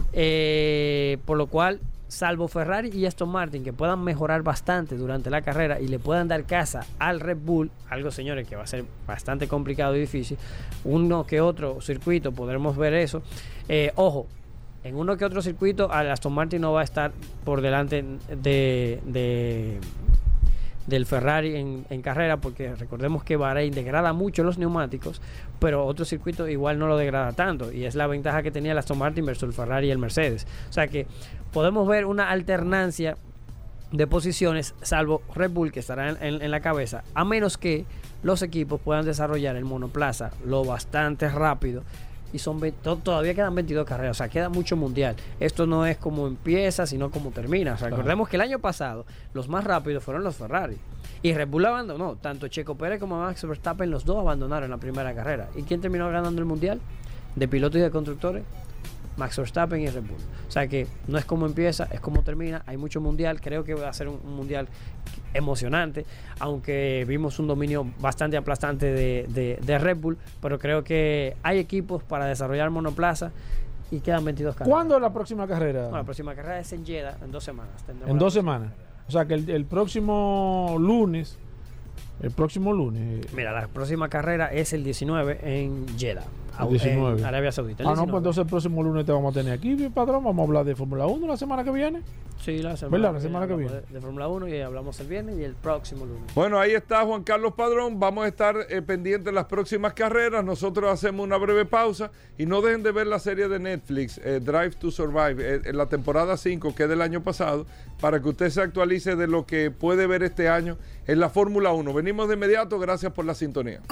Eh, por lo cual, salvo Ferrari y Aston Martin, que puedan mejorar bastante durante la carrera y le puedan dar caza al Red Bull, algo, señores, que va a ser bastante complicado y difícil. Uno que otro circuito podremos ver eso. Eh, ojo, en uno que otro circuito, al Aston Martin no va a estar por delante de... de del Ferrari en, en carrera, porque recordemos que Bahrein degrada mucho los neumáticos, pero otro circuito igual no lo degrada tanto, y es la ventaja que tenía el Aston Martin versus el Ferrari y el Mercedes. O sea que podemos ver una alternancia de posiciones, salvo Red Bull, que estará en, en, en la cabeza, a menos que los equipos puedan desarrollar el monoplaza lo bastante rápido. Y son todavía quedan veintidós carreras, o sea, queda mucho mundial. Esto no es como empieza, sino como termina. O sea, recordemos que el año pasado los más rápidos fueron los Ferrari. Y Red Bull abandonó. Tanto Checo Pérez como Max Verstappen, los dos abandonaron la primera carrera. ¿Y quién terminó ganando el mundial? De pilotos y de constructores, Max Verstappen y Red Bull. O sea que no es como empieza, es como termina. Hay mucho mundial. Creo que va a ser un, un mundial emocionante, aunque vimos un dominio bastante aplastante de, de, de Red Bull, pero creo que hay equipos para desarrollar monoplaza y quedan veintidós carreras. ¿Cuándo es la próxima carrera? Bueno, la próxima carrera es en Jeddah, en dos semanas. En dos semanas. O sea que el, el próximo lunes, el próximo lunes. Mira, la próxima carrera es el diecinueve en Jeddah, el diecinueve. En Arabia Saudita. Ah, no, pues entonces el próximo lunes te vamos a tener aquí, patrón. Vamos a hablar de Fórmula uno la semana que viene. Sí, la semana, ¿verdad? La semana que viene. De, de Fórmula uno, y hablamos el viernes y el próximo lunes. Bueno, ahí está Juan Carlos Padrón. Vamos a estar eh, pendientes de las próximas carreras. Nosotros hacemos una breve pausa y no dejen de ver la serie de Netflix, eh, Drive to Survive, eh, en la temporada cinco, que es del año pasado, para que usted se actualice de lo que puede ver este año en la Fórmula uno. Venimos de inmediato. Gracias por la sintonía.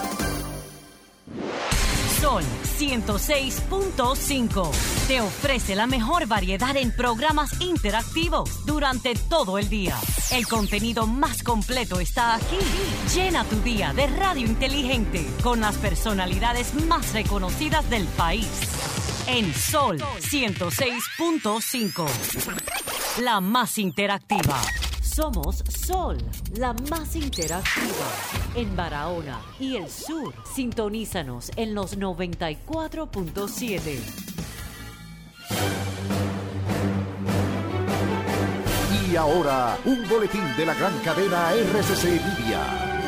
Sol ciento seis punto cinco te ofrece la mejor variedad en programas interactivos durante todo el día. El contenido más completo está aquí. Llena tu día de radio inteligente con las personalidades más reconocidas del país. En Sol ciento seis punto cinco, la más interactiva. Somos Sol, la más interactiva. En Barahona y el sur, sintonízanos en los noventa y cuatro punto siete. Y ahora, un boletín de la gran cadena R C C Media.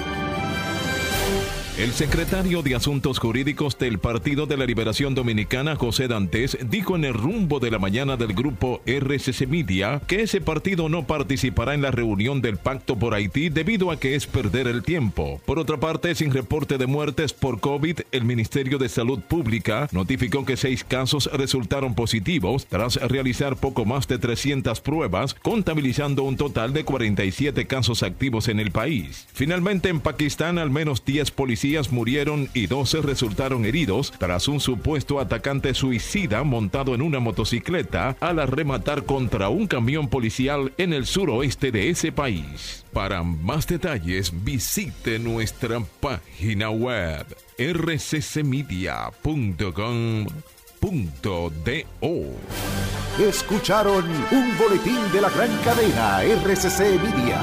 El secretario de Asuntos Jurídicos del Partido de la Liberación Dominicana, José Dantes, dijo en el rumbo de la mañana del grupo R C C Media que ese partido no participará en la reunión del Pacto por Haití debido a que es perder el tiempo. Por otra parte, sin reporte de muertes por COVID, el Ministerio de Salud Pública notificó que seis casos resultaron positivos tras realizar poco más de trescientas pruebas, contabilizando un total de cuarenta y siete casos activos en el país. Finalmente, en Pakistán, al menos diez policías murieron y doce resultaron heridos tras un supuesto atacante suicida montado en una motocicleta al arrematar contra un camión policial en el suroeste de ese país. Para más detalles, visite nuestra página web r c c media punto com punto do. Escucharon un boletín de la gran cadena R C C Media.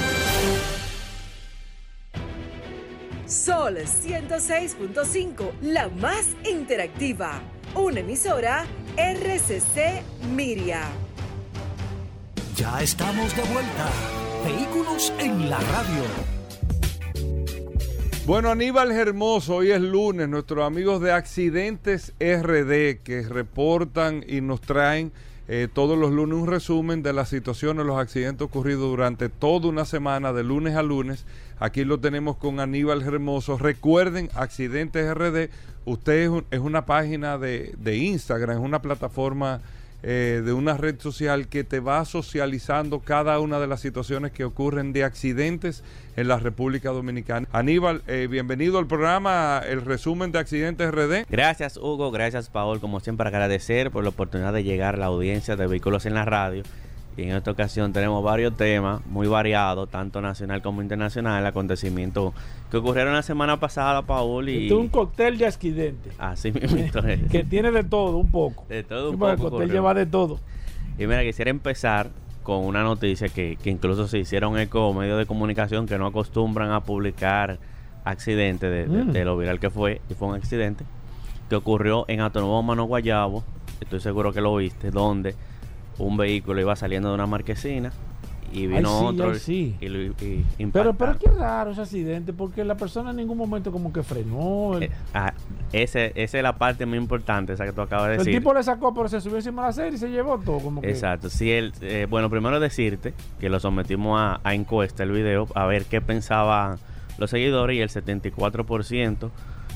Sol ciento seis punto cinco, la más interactiva. Una emisora R C C Media. Ya estamos de vuelta. Vehículos en la radio. Bueno, Aníbal Hermoso, hoy es lunes, nuestros amigos de Accidentes R D que reportan y nos traen eh, todos los lunes un resumen de las situaciones, los accidentes ocurridos durante toda una semana, de lunes a lunes. Aquí lo tenemos con Aníbal Hermoso. Recuerden, Accidentes R D, usted es, un, es una página de, de Instagram, es una plataforma eh, de una red social que te va socializando cada una de las situaciones que ocurren de accidentes en la República Dominicana. Aníbal, eh, bienvenido al programa, el resumen de Accidentes R D. Gracias, Hugo, gracias, Paul, como siempre agradecer por la oportunidad de llegar a la audiencia de Vehículos en la Radio. Y en esta ocasión tenemos varios temas muy variados, tanto nacional como internacional, acontecimientos que ocurrieron la semana pasada, Paul. Y este es un cóctel de accidentes. Así mismo es. Que tiene de todo, un poco. De todo un sí, poco. El cóctel lleva de todo. Y mira, quisiera empezar con una noticia que, que incluso se hicieron eco medios de comunicación que no acostumbran a publicar accidentes de, de, mm. de lo viral que fue, y fue un accidente que ocurrió en Atonuevo, Mano Guayabo, estoy seguro que lo viste, donde un vehículo iba saliendo de una marquesina y vino ay, sí, otro ay, sí. y, y, y impactaron. Pero, pero qué raro ese accidente, porque la persona en ningún momento como que frenó. El... Eh, ah, ese, esa es la parte muy importante, esa que tú acabas de el decir. El tipo le sacó, pero se subió encima de la serie y se llevó todo. Como que... Exacto. Sí, él, eh, bueno, primero decirte que lo sometimos a, a encuesta, el video, a ver qué pensaban los seguidores, y el setenta y cuatro por ciento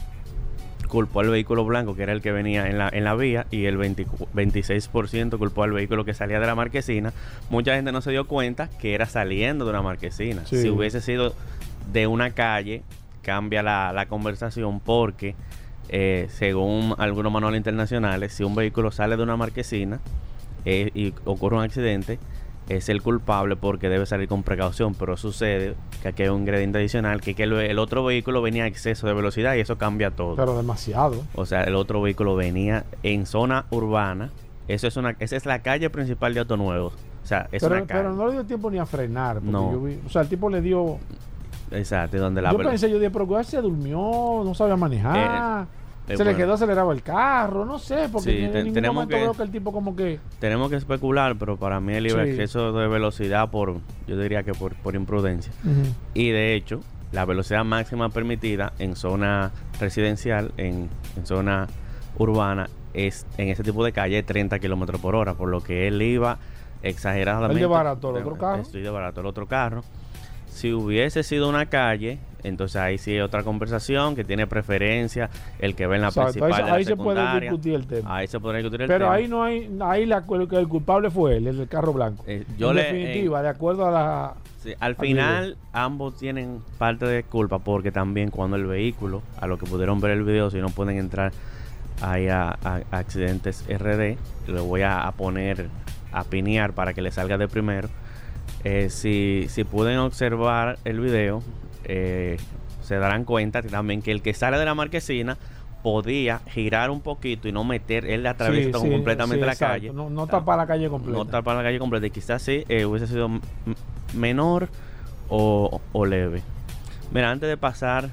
culpó al vehículo blanco, que era el que venía en la, en la vía, y el veinte, veintiséis por ciento culpó al vehículo que salía de la marquesina. Mucha gente no se dio cuenta que era saliendo de una marquesina. Sí. Si hubiese sido de una calle, cambia la, la conversación, porque eh, según algunos manuales internacionales, si un vehículo sale de una marquesina eh, y ocurre un accidente, es el culpable porque debe salir con precaución. Pero sucede que aquí hay un ingrediente adicional, que, que el, el otro vehículo venía a exceso de velocidad, y eso cambia todo. Pero demasiado. O sea, el otro vehículo venía en zona urbana. Eso es una, esa es la calle principal de Atonuevo. O sea, es pero, una calle. Pero no le dio tiempo ni a frenar. No. Yo vi, o sea, el tipo le dio... Exacto, donde la... Yo pensé, yo dije, pero se durmió, no sabía manejar... Eh, Se bueno. le quedó acelerado el carro, no sé, porque sí, en te, ningún momento que, veo que el tipo como que... Tenemos que especular, pero para mí él iba sí. a exceso de velocidad por, yo diría que por, por imprudencia. Uh-huh. Y de hecho, la velocidad máxima permitida en zona residencial, en, en zona urbana, es en ese tipo de calle treinta kilómetros por hora, por lo que él iba exageradamente... Él desbarató el otro carro. Estoy desbarató el otro carro. Si hubiese sido una calle, entonces ahí sí hay otra conversación, que tiene preferencia el que ve en la Exacto, principal ahí, de la ahí se puede discutir el tema. Ahí se puede discutir el Pero tema. ahí no hay, ahí la, el, el culpable fue él, el del carro blanco. Eh, yo en le, definitiva, eh, de acuerdo a la... Sí, al final ambos tienen parte de culpa, porque también cuando el vehículo, a lo que pudieron ver el video, si no pueden entrar ahí a, a, a Accidentes R D, lo voy a, a poner a pinear para que le salga de primero. Eh, si, si pueden observar el video, eh, se darán cuenta que también que el que sale de la marquesina podía girar un poquito y no meter, él le atraviesa sí, sí, completamente sí, la exacto. calle. No, no tapar la calle completa. No tapar la calle completa, y quizás sí eh, hubiese sido m- menor o, o leve. Mira, antes de pasar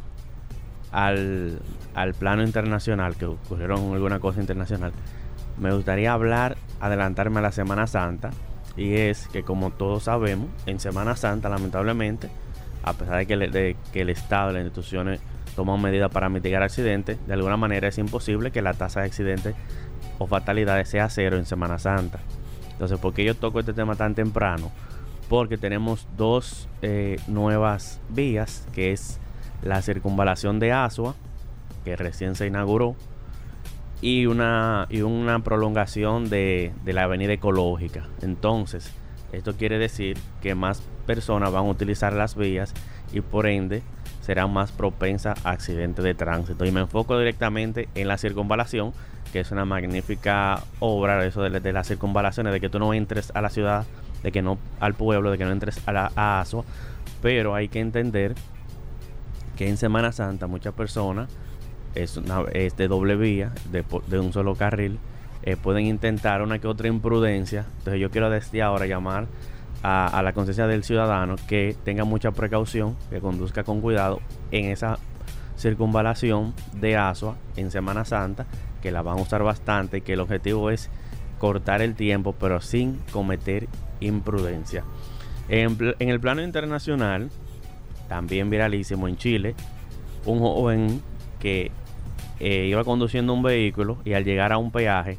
al, al plano internacional, que ocurrieron alguna cosa internacional, me gustaría hablar, adelantarme a la Semana Santa, y es que, como todos sabemos, en Semana Santa, lamentablemente, a pesar de que, le, de que el Estado y las instituciones toman medidas para mitigar accidentes, de alguna manera es imposible que la tasa de accidentes o fatalidades sea cero en Semana Santa. Entonces, ¿por qué yo toco este tema tan temprano? Porque tenemos dos eh, nuevas vías, que es la circunvalación de Asua, que recién se inauguró, y una, y una prolongación de, de la avenida Ecológica. Entonces, esto quiere decir que más personas van a utilizar las vías y por ende serán más propensas a accidentes de tránsito. Y me enfoco directamente en la circunvalación, que es una magnífica obra, eso de, de las circunvalaciones, de que tú no entres a la ciudad, de que no al pueblo, de que no entres a la a Asua. Pero hay que entender que en Semana Santa muchas personas, es, una, es de doble vía, de, de un solo carril, eh, pueden intentar una que otra imprudencia. Entonces yo quiero desde ahora llamar a, a la conciencia del ciudadano que tenga mucha precaución, que conduzca con cuidado en esa circunvalación de Asua en Semana Santa, que la van a usar bastante, y que el objetivo es cortar el tiempo pero sin cometer imprudencia. En, en el plano internacional, también viralísimo en Chile, un joven que eh, iba conduciendo un vehículo y al llegar a un peaje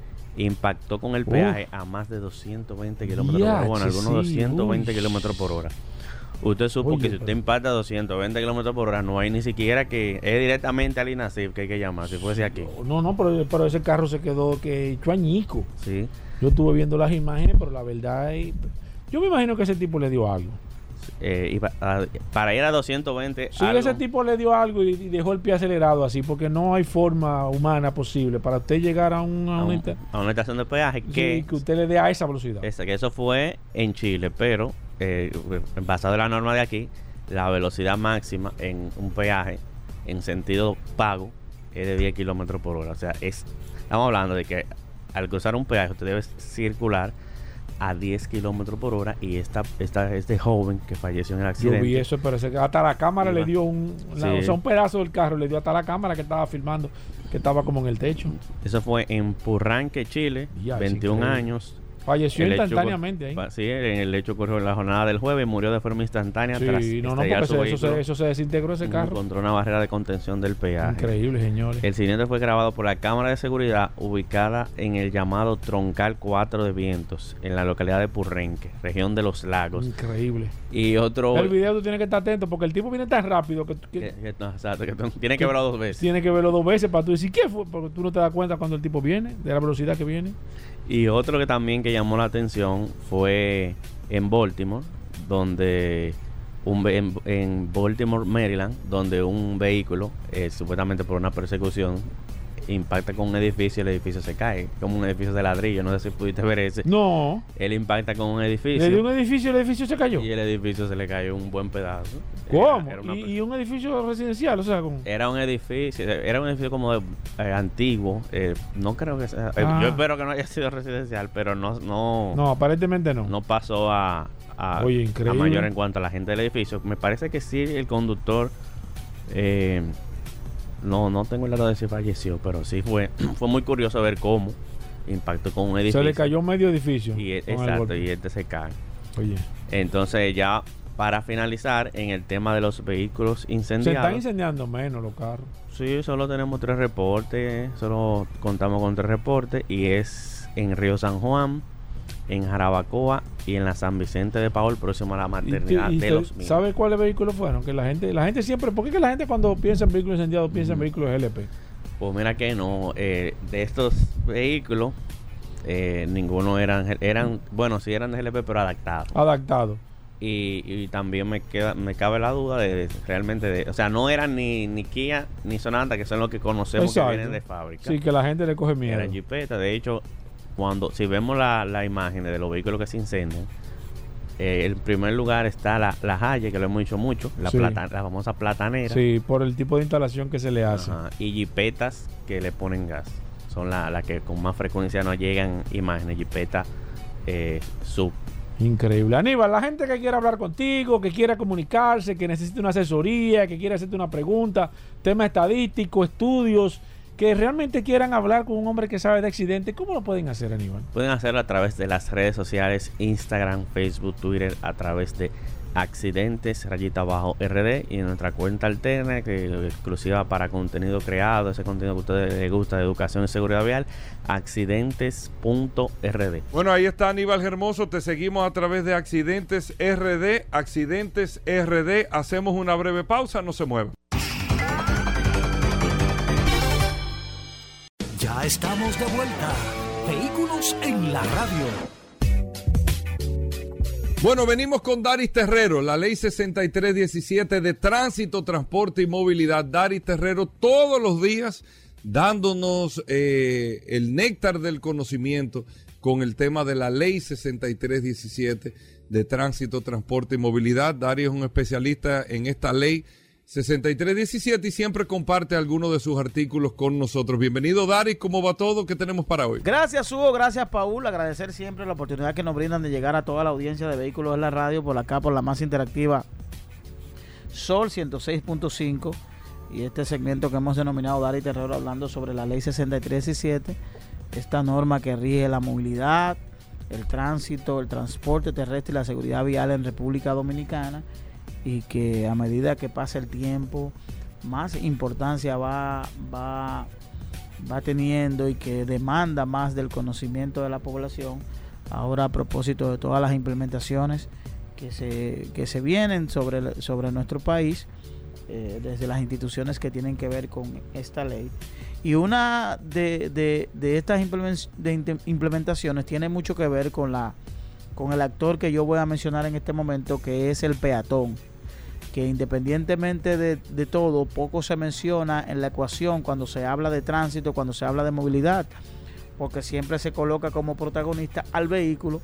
impactó con el peaje uh. a más de doscientos veinte kilómetros por hora, bueno, algunos sí, doscientos veinte kilómetros por hora. Usted supo Oye, que si usted pero... impacta a doscientos veinte kilómetros por hora, no hay ni siquiera que, es directamente al INASIF que hay que llamar, si fuese aquí. No, no, pero, pero ese carro se quedó que hecho añico. Sí. Yo estuve viendo las imágenes, pero la verdad es, yo me imagino que ese tipo le dio algo. Eh, y pa, a, para ir a doscientos veinte, sí, algo, ese tipo le dio algo y, y dejó el pie acelerado así, porque no hay forma humana posible para usted llegar a, un, a, a, una, un, a una estación de peaje sí, que, que usted le dé a esa velocidad. Esa, que eso fue en Chile, pero eh, basado en la norma de aquí, la velocidad máxima en un peaje en sentido pago es de diez kilómetros por hora. O sea, es, estamos hablando de que al cruzar un peaje usted debe circular a diez kilómetros por hora, y esta, esta este joven que falleció en el accidente. Yo vi eso, pero ese, hasta la cámara Iba. le dio un, la, sí. o sea, un pedazo del carro, le dio hasta la cámara que estaba filmando, que estaba como en el techo. Eso fue en Purranque, Chile, ya, veintiún años. Falleció el instantáneamente hecho, ahí. Sí, en el hecho ocurrió en la jornada del jueves, murió de forma instantánea. Sí, tras no, no, porque eso, eso, se, eso se desintegró ese carro. Encontró una barrera de contención del peaje. Increíble, señores. El accidente fue grabado por la cámara de seguridad ubicada en el llamado Troncal cuatro de Vientos, en la localidad de Purrenque, región de los Lagos. Increíble. Y otro... El video tú tienes que estar atento, porque el tipo viene tan rápido que... que, que, que no, exacto, que tú, tienes que verlo dos veces. Tienes que verlo dos veces para tú decir qué fue, porque tú no te das cuenta cuando el tipo viene, de la velocidad que viene. Y otro que también que llamó la atención fue en Baltimore, donde un, en, en Baltimore, Maryland, donde un vehículo, eh, supuestamente por una persecución, impacta con un edificio y el edificio se cae, como un edificio de ladrillo. No sé si pudiste ver ese. No. Él impacta con un edificio. Le dio un edificio y el edificio se cayó. Y el edificio se le cayó un buen pedazo. ¿Cómo? Era, era ¿Y, y un edificio residencial? O sea, ¿cómo? Era un edificio, era un edificio como de, eh, antiguo. Eh, no creo que sea. Eh, ah. Yo espero que no haya sido residencial, pero no. No, no aparentemente no. No pasó a, a, Oye, increíble. a mayor en cuanto a la gente del edificio. Me parece que sí, el conductor. Eh, No, no tengo el dato de si falleció, pero sí fue fue muy curioso ver cómo impactó con un edificio. Se le cayó medio edificio. Y, exacto, y este se cae. Oye. Entonces ya para finalizar en el tema de los vehículos incendiados. Se están incendiando menos los carros. Sí, solo tenemos tres reportes, solo contamos con tres reportes, y es en Río San Juan, en Jarabacoa y en la San Vicente de Paul, próximo a la maternidad y, y de te, los Minas. ¿Sabe cuáles vehículos fueron? Que la gente, la gente siempre, ¿por qué que la gente cuando piensa en vehículos incendiados piensa en vehículos L P? Pues mira que no, eh, de estos vehículos eh, ninguno eran, eran, bueno, sí eran de L P, pero adaptados. Adaptados. Y, y también me queda, me cabe la duda de, de realmente, de, o sea, no eran ni, ni Kia ni Sonata, que son los que conocemos. Exacto. Que vienen de fábrica. Sí, que la gente le coge miedo. Eran Jeepeta. De hecho, cuando si vemos la, la imagen de los vehículos que se incendian, eh, en primer lugar está la, la Haye, que lo hemos dicho mucho, la, sí. plata, la famosa platanera. Sí, por el tipo de instalación que se le hace. Ajá. Y Jeepetas que le ponen gas. Son las la que con más frecuencia nos llegan imágenes. Jeepeta eh, sub. Increíble. Aníbal, la gente que quiera hablar contigo, que quiera comunicarse, que necesite una asesoría, que quiera hacerte una pregunta, tema estadístico, estudios, que realmente quieran hablar con un hombre que sabe de accidentes, ¿cómo lo pueden hacer, Aníbal? Pueden hacerlo a través de las redes sociales, Instagram, Facebook, Twitter, a través de Accidentes rayita abajo R D, y en nuestra cuenta alterna que es exclusiva para contenido creado, ese contenido que a ustedes les gusta de educación y seguridad vial, accidentes punto R D. Bueno, ahí está Aníbal Hermoso, te seguimos a través de Accidentes R D, Accidentes R D. Hacemos una breve pausa, no se muevan. Ya estamos de vuelta. Vehículos en la radio. Bueno, venimos con Daris Terrero, la ley sesenta y tres diecisiete de tránsito, transporte y movilidad. Daris Terrero todos los días dándonos eh, el néctar del conocimiento con el tema de la ley sesenta y tres diecisiete de tránsito, transporte y movilidad. Daris es un especialista en esta ley sesenta y tres diecisiete y siempre comparte algunos de sus artículos con nosotros. Bienvenido, Daris, ¿cómo va todo? ¿Qué tenemos para hoy? Gracias, Hugo, gracias, Paul. Agradecer siempre la oportunidad que nos brindan de llegar a toda la audiencia de Vehículos en la Radio, por acá, por la más interactiva Sol ciento seis punto cinco, y este segmento que hemos denominado Daris Terrero, hablando sobre la ley sesenta y tres diecisiete, esta norma que rige la movilidad, el tránsito, el transporte terrestre y la seguridad vial en República Dominicana, y que a medida que pasa el tiempo más importancia va, va, va teniendo, y que demanda más del conocimiento de la población. Ahora, a propósito de todas las implementaciones que se, que se vienen sobre, sobre nuestro país, eh, desde las instituciones que tienen que ver con esta ley, y una de, de, de estas implementaciones tiene mucho que ver con la con el actor que yo voy a mencionar en este momento, que es el peatón, que independientemente de, de todo, poco se menciona en la ecuación cuando se habla de tránsito, cuando se habla de movilidad, porque siempre se coloca como protagonista al vehículo,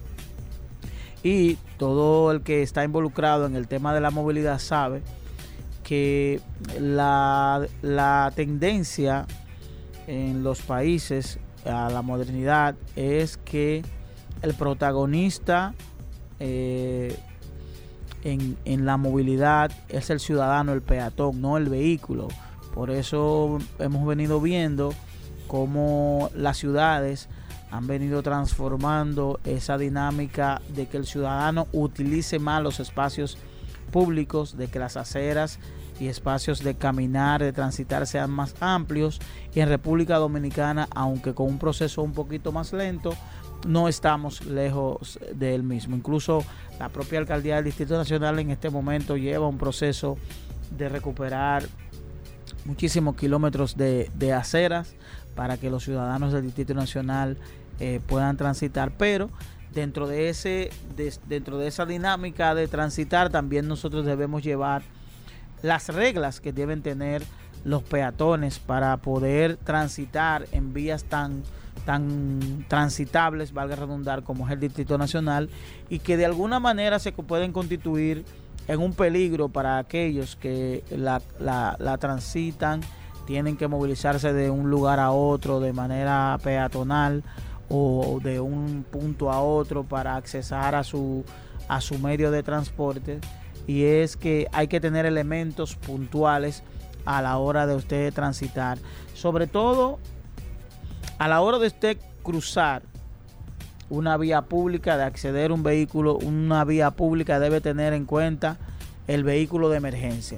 y todo el que está involucrado en el tema de la movilidad sabe que la, la tendencia en los países a la modernidad es que el protagonista eh, en, en la movilidad es el ciudadano, el peatón, no el vehículo. Por eso hemos venido viendo cómo las ciudades han venido transformando esa dinámica de que el ciudadano utilice más los espacios públicos, de que las aceras y espacios de caminar, de transitar sean más amplios. Y en República Dominicana, aunque con un proceso un poquito más lento, no estamos lejos del mismo. Incluso la propia alcaldía del Distrito Nacional en este momento lleva un proceso de recuperar muchísimos kilómetros de, de aceras para que los ciudadanos del Distrito Nacional eh, puedan transitar, pero dentro de ese de, dentro de esa dinámica de transitar, también nosotros debemos llevar las reglas que deben tener los peatones para poder transitar en vías tan tan transitables, valga redundar, como es el Distrito Nacional, y que de alguna manera se pueden constituir en un peligro para aquellos que la, la, la transitan, tienen que movilizarse de un lugar a otro de manera peatonal o de un punto a otro para accesar a su, a su medio de transporte. Y es que hay que tener elementos puntuales a la hora de usted transitar, sobre todo a la hora de usted cruzar una vía pública, de acceder a un vehículo. Una vía pública debe tener en cuenta el vehículo de emergencia.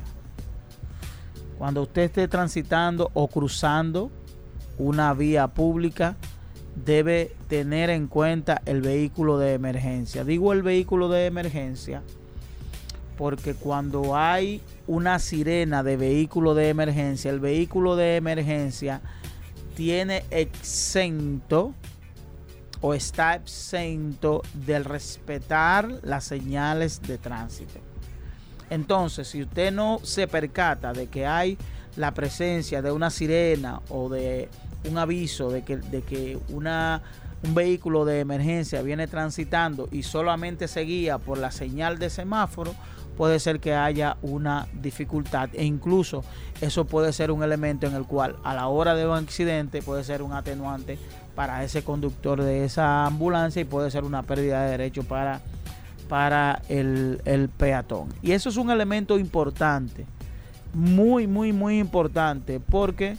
Cuando usted esté transitando o cruzando una vía pública, debe tener en cuenta el vehículo de emergencia. Digo el vehículo de emergencia porque cuando hay una sirena de vehículo de emergencia, el vehículo de emergencia tiene exento o está exento del respetar las señales de tránsito. Entonces, si usted no se percata de que hay la presencia de una sirena o de un aviso de que, de que una, un vehículo de emergencia viene transitando y solamente se guía por la señal de semáforo, puede ser que haya una dificultad, e incluso eso puede ser un elemento en el cual a la hora de un accidente puede ser un atenuante para ese conductor de esa ambulancia y puede ser una pérdida de derecho para, para el, el peatón. Y eso es un elemento importante, muy, muy, muy importante, porque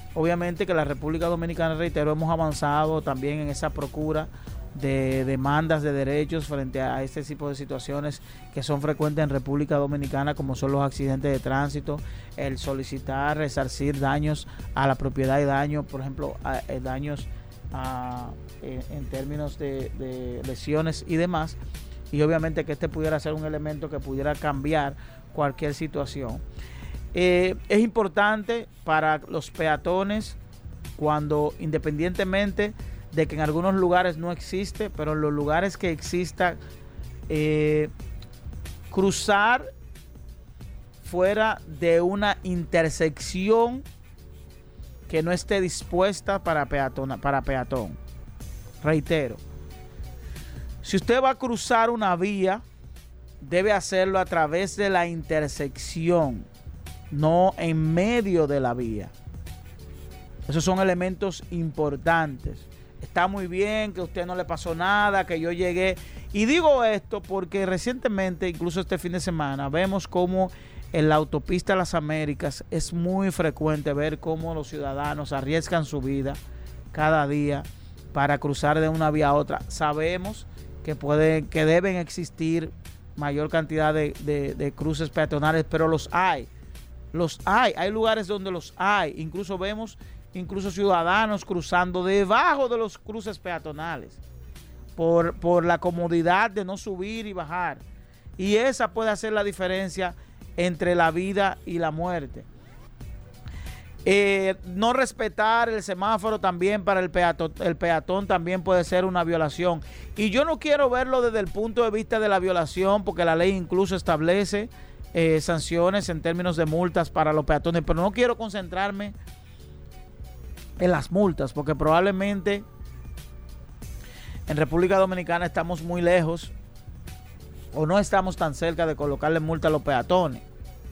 obviamente que la República Dominicana, reitero, hemos avanzado también en esa procura de demandas de derechos frente a este tipo de situaciones que son frecuentes en República Dominicana, como son los accidentes de tránsito, el solicitar resarcir daños a la propiedad y daños, por ejemplo, a, a daños a, en, en términos de, de lesiones y demás, y obviamente que este pudiera ser un elemento que pudiera cambiar cualquier situación. Eh, es importante para los peatones cuando, independientemente de que en algunos lugares no existe, pero en los lugares que exista, eh, cruzar fuera de una intersección que no esté dispuesta para peatón, para peatón. Reitero, si usted va a cruzar una vía, debe hacerlo a través de la intersección, no en medio de la vía. Esos son elementos importantes. Está muy bien que a usted no le pasó nada, que yo llegué. Y digo esto porque recientemente, incluso este fin de semana, vemos cómo en la autopista Las Américas es muy frecuente ver cómo los ciudadanos arriesgan su vida cada día para cruzar de una vía a otra. Sabemos que, pueden, que deben existir mayor cantidad de, de, de cruces peatonales, pero los hay. Los hay. Hay lugares donde los hay. Incluso vemos incluso ciudadanos cruzando debajo de los cruces peatonales por, por la comodidad de no subir y bajar. Y esa puede hacer la diferencia entre la vida y la muerte. Eh, no respetar el semáforo también para el peatón, el peatón también puede ser una violación. Y yo no quiero verlo desde el punto de vista de la violación, porque la ley incluso establece eh, sanciones en términos de multas para los peatones, pero no quiero concentrarme en las multas, porque probablemente en República Dominicana estamos muy lejos o no estamos tan cerca de colocarle multa a los peatones.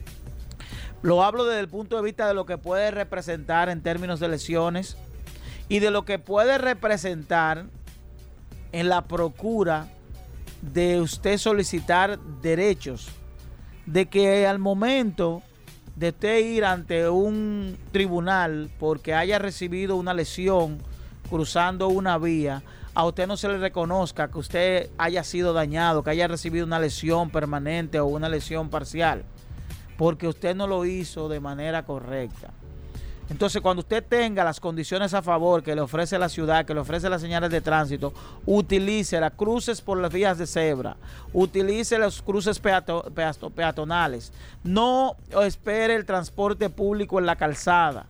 Lo hablo desde el punto de vista de lo que puede representar en términos de lesiones y de lo que puede representar en la procura de usted solicitar derechos, de que al momento de usted ir ante un tribunal porque haya recibido una lesión cruzando una vía, a usted no se le reconozca que usted haya sido dañado, que haya recibido una lesión permanente o una lesión parcial, porque usted no lo hizo de manera correcta. Entonces, cuando usted tenga las condiciones a favor que le ofrece la ciudad, que le ofrece las señales de tránsito, utilice las cruces por las vías de cebra, utilice los cruces peato, peato, peatonales, no espere el transporte público en la calzada.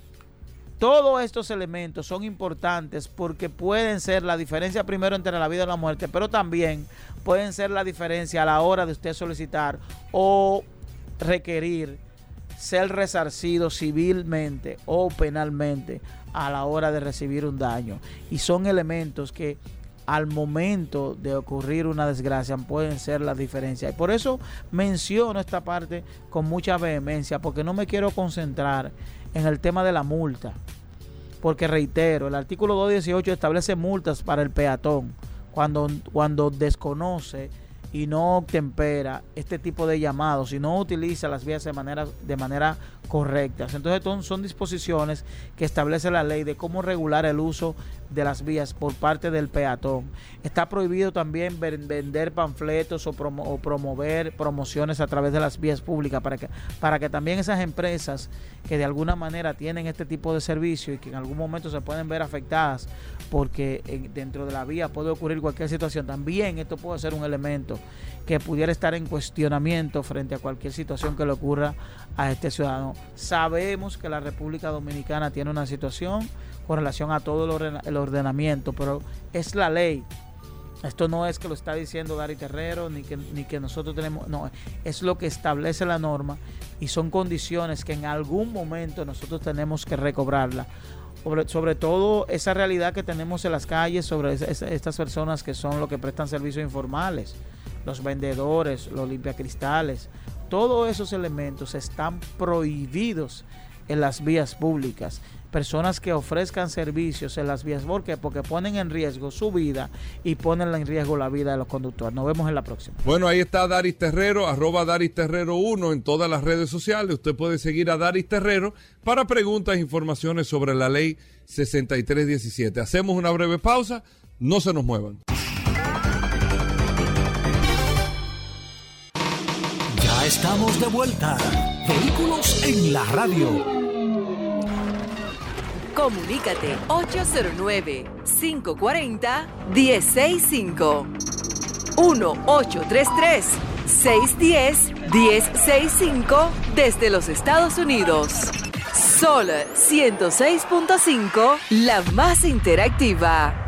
Todos estos elementos son importantes porque pueden ser la diferencia primero entre la vida y la muerte, pero también pueden ser la diferencia a la hora de usted solicitar o requerir ser resarcido civilmente o penalmente a la hora de recibir un daño. Y son elementos que al momento de ocurrir una desgracia pueden ser la diferencia. Y por eso menciono esta parte con mucha vehemencia, porque no me quiero concentrar en el tema de la multa. Porque reitero, el artículo doscientos dieciocho establece multas para el peatón cuando, cuando desconoce y no tempera este tipo de llamados y no utiliza las vías de manera, de manera correcta. Entonces son disposiciones que establece la ley de cómo regular el uso de las vías por parte del peatón. Está prohibido también vender panfletos o, promo, o promover promociones a través de las vías públicas para que, para que también esas empresas que de alguna manera tienen este tipo de servicio y que en algún momento se pueden ver afectadas porque en, dentro de la vía puede ocurrir cualquier situación, también esto puede ser un elemento que pudiera estar en cuestionamiento frente a cualquier situación que le ocurra a este ciudadano. Sabemos que la República Dominicana tiene una situación con relación a todo el, orden, el ordenamiento, pero es la ley. Esto no es que lo está diciendo Dari Terrero, ni que, ni que nosotros tenemos, no, es lo que establece la norma y son condiciones que en algún momento nosotros tenemos que recobrarla. Sobre, sobre todo esa realidad que tenemos en las calles sobre es, es, estas personas que son los que prestan servicios informales, los vendedores, los limpiacristales, todos esos elementos están prohibidos en las vías públicas. personas que ofrezcan servicios en las vías, porque porque ponen en riesgo su vida y ponen en riesgo la vida de los conductores. Nos vemos en la próxima. Bueno, ahí está Daris Terrero, arroba Daris Terrero uno en todas las redes sociales. Usted puede seguir a Daris Terrero para preguntas e informaciones sobre la ley sesenta y tres diecisiete. Hacemos una breve pausa, no se nos muevan. Ya estamos de vuelta. Vehículos en la radio. Comunícate ocho cero nueve, cinco cuatro cero, uno cero seis cinco. uno ocho tres tres, seis uno cero, uno cero seis cinco desde los Estados Unidos. Sol ciento seis punto cinco, la más interactiva.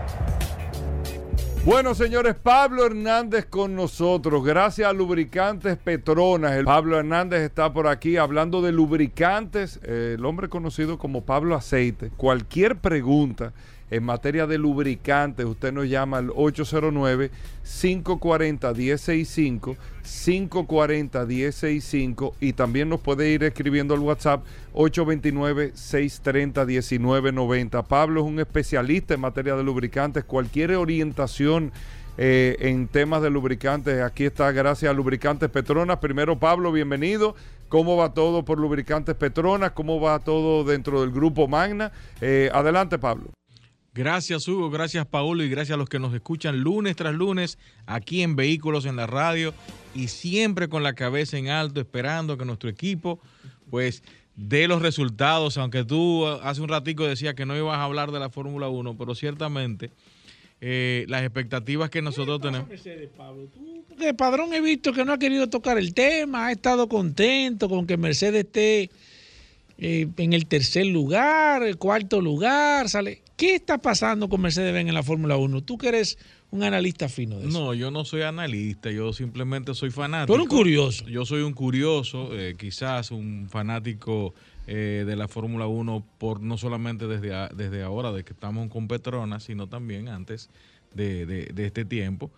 Bueno, señores, Pablo Hernández con nosotros, gracias a Lubricantes Petronas. El Pablo Hernández está por aquí hablando de lubricantes, eh, el hombre conocido como Pablo Aceite. Cualquier pregunta en materia de lubricantes, usted nos llama al ocho cero nueve, cinco cuatro cero, uno cero seis cinco, cinco cuatro cero, uno cero seis cinco, y también nos puede ir escribiendo al WhatsApp ocho dos nueve, seis tres cero, uno nueve nueve cero. Pablo es un especialista en materia de lubricantes. Cualquier orientación eh, en temas de lubricantes, aquí está gracias a Lubricantes Petronas. Primero, Pablo, bienvenido. ¿Cómo va todo por Lubricantes Petronas? ¿Cómo va todo dentro del grupo Magna? Eh, adelante, Pablo. Gracias, Hugo, gracias, Paulo, y gracias a los que nos escuchan lunes tras lunes aquí en Vehículos en la Radio, y siempre con la cabeza en alto, esperando que nuestro equipo pues dé los resultados, aunque tú hace un ratico decías que no ibas a hablar de la Fórmula uno, pero ciertamente eh, las expectativas que nosotros tenemos. Mercedes, Pablo? Tú, porque Padrón he visto que no ha querido tocar el tema, ha estado contento con que Mercedes esté eh, en el tercer lugar, el cuarto lugar, sale. ¿Qué está pasando con Mercedes-Benz en la Fórmula uno? Tú que eres un analista fino de eso. No, yo no soy analista, yo simplemente soy fanático. Tú eres un curioso. Yo soy un curioso, eh, quizás un fanático eh, de la Fórmula uno, por no solamente desde, a, desde ahora, de que estamos con Petronas, sino también antes de, de, de este tiempo.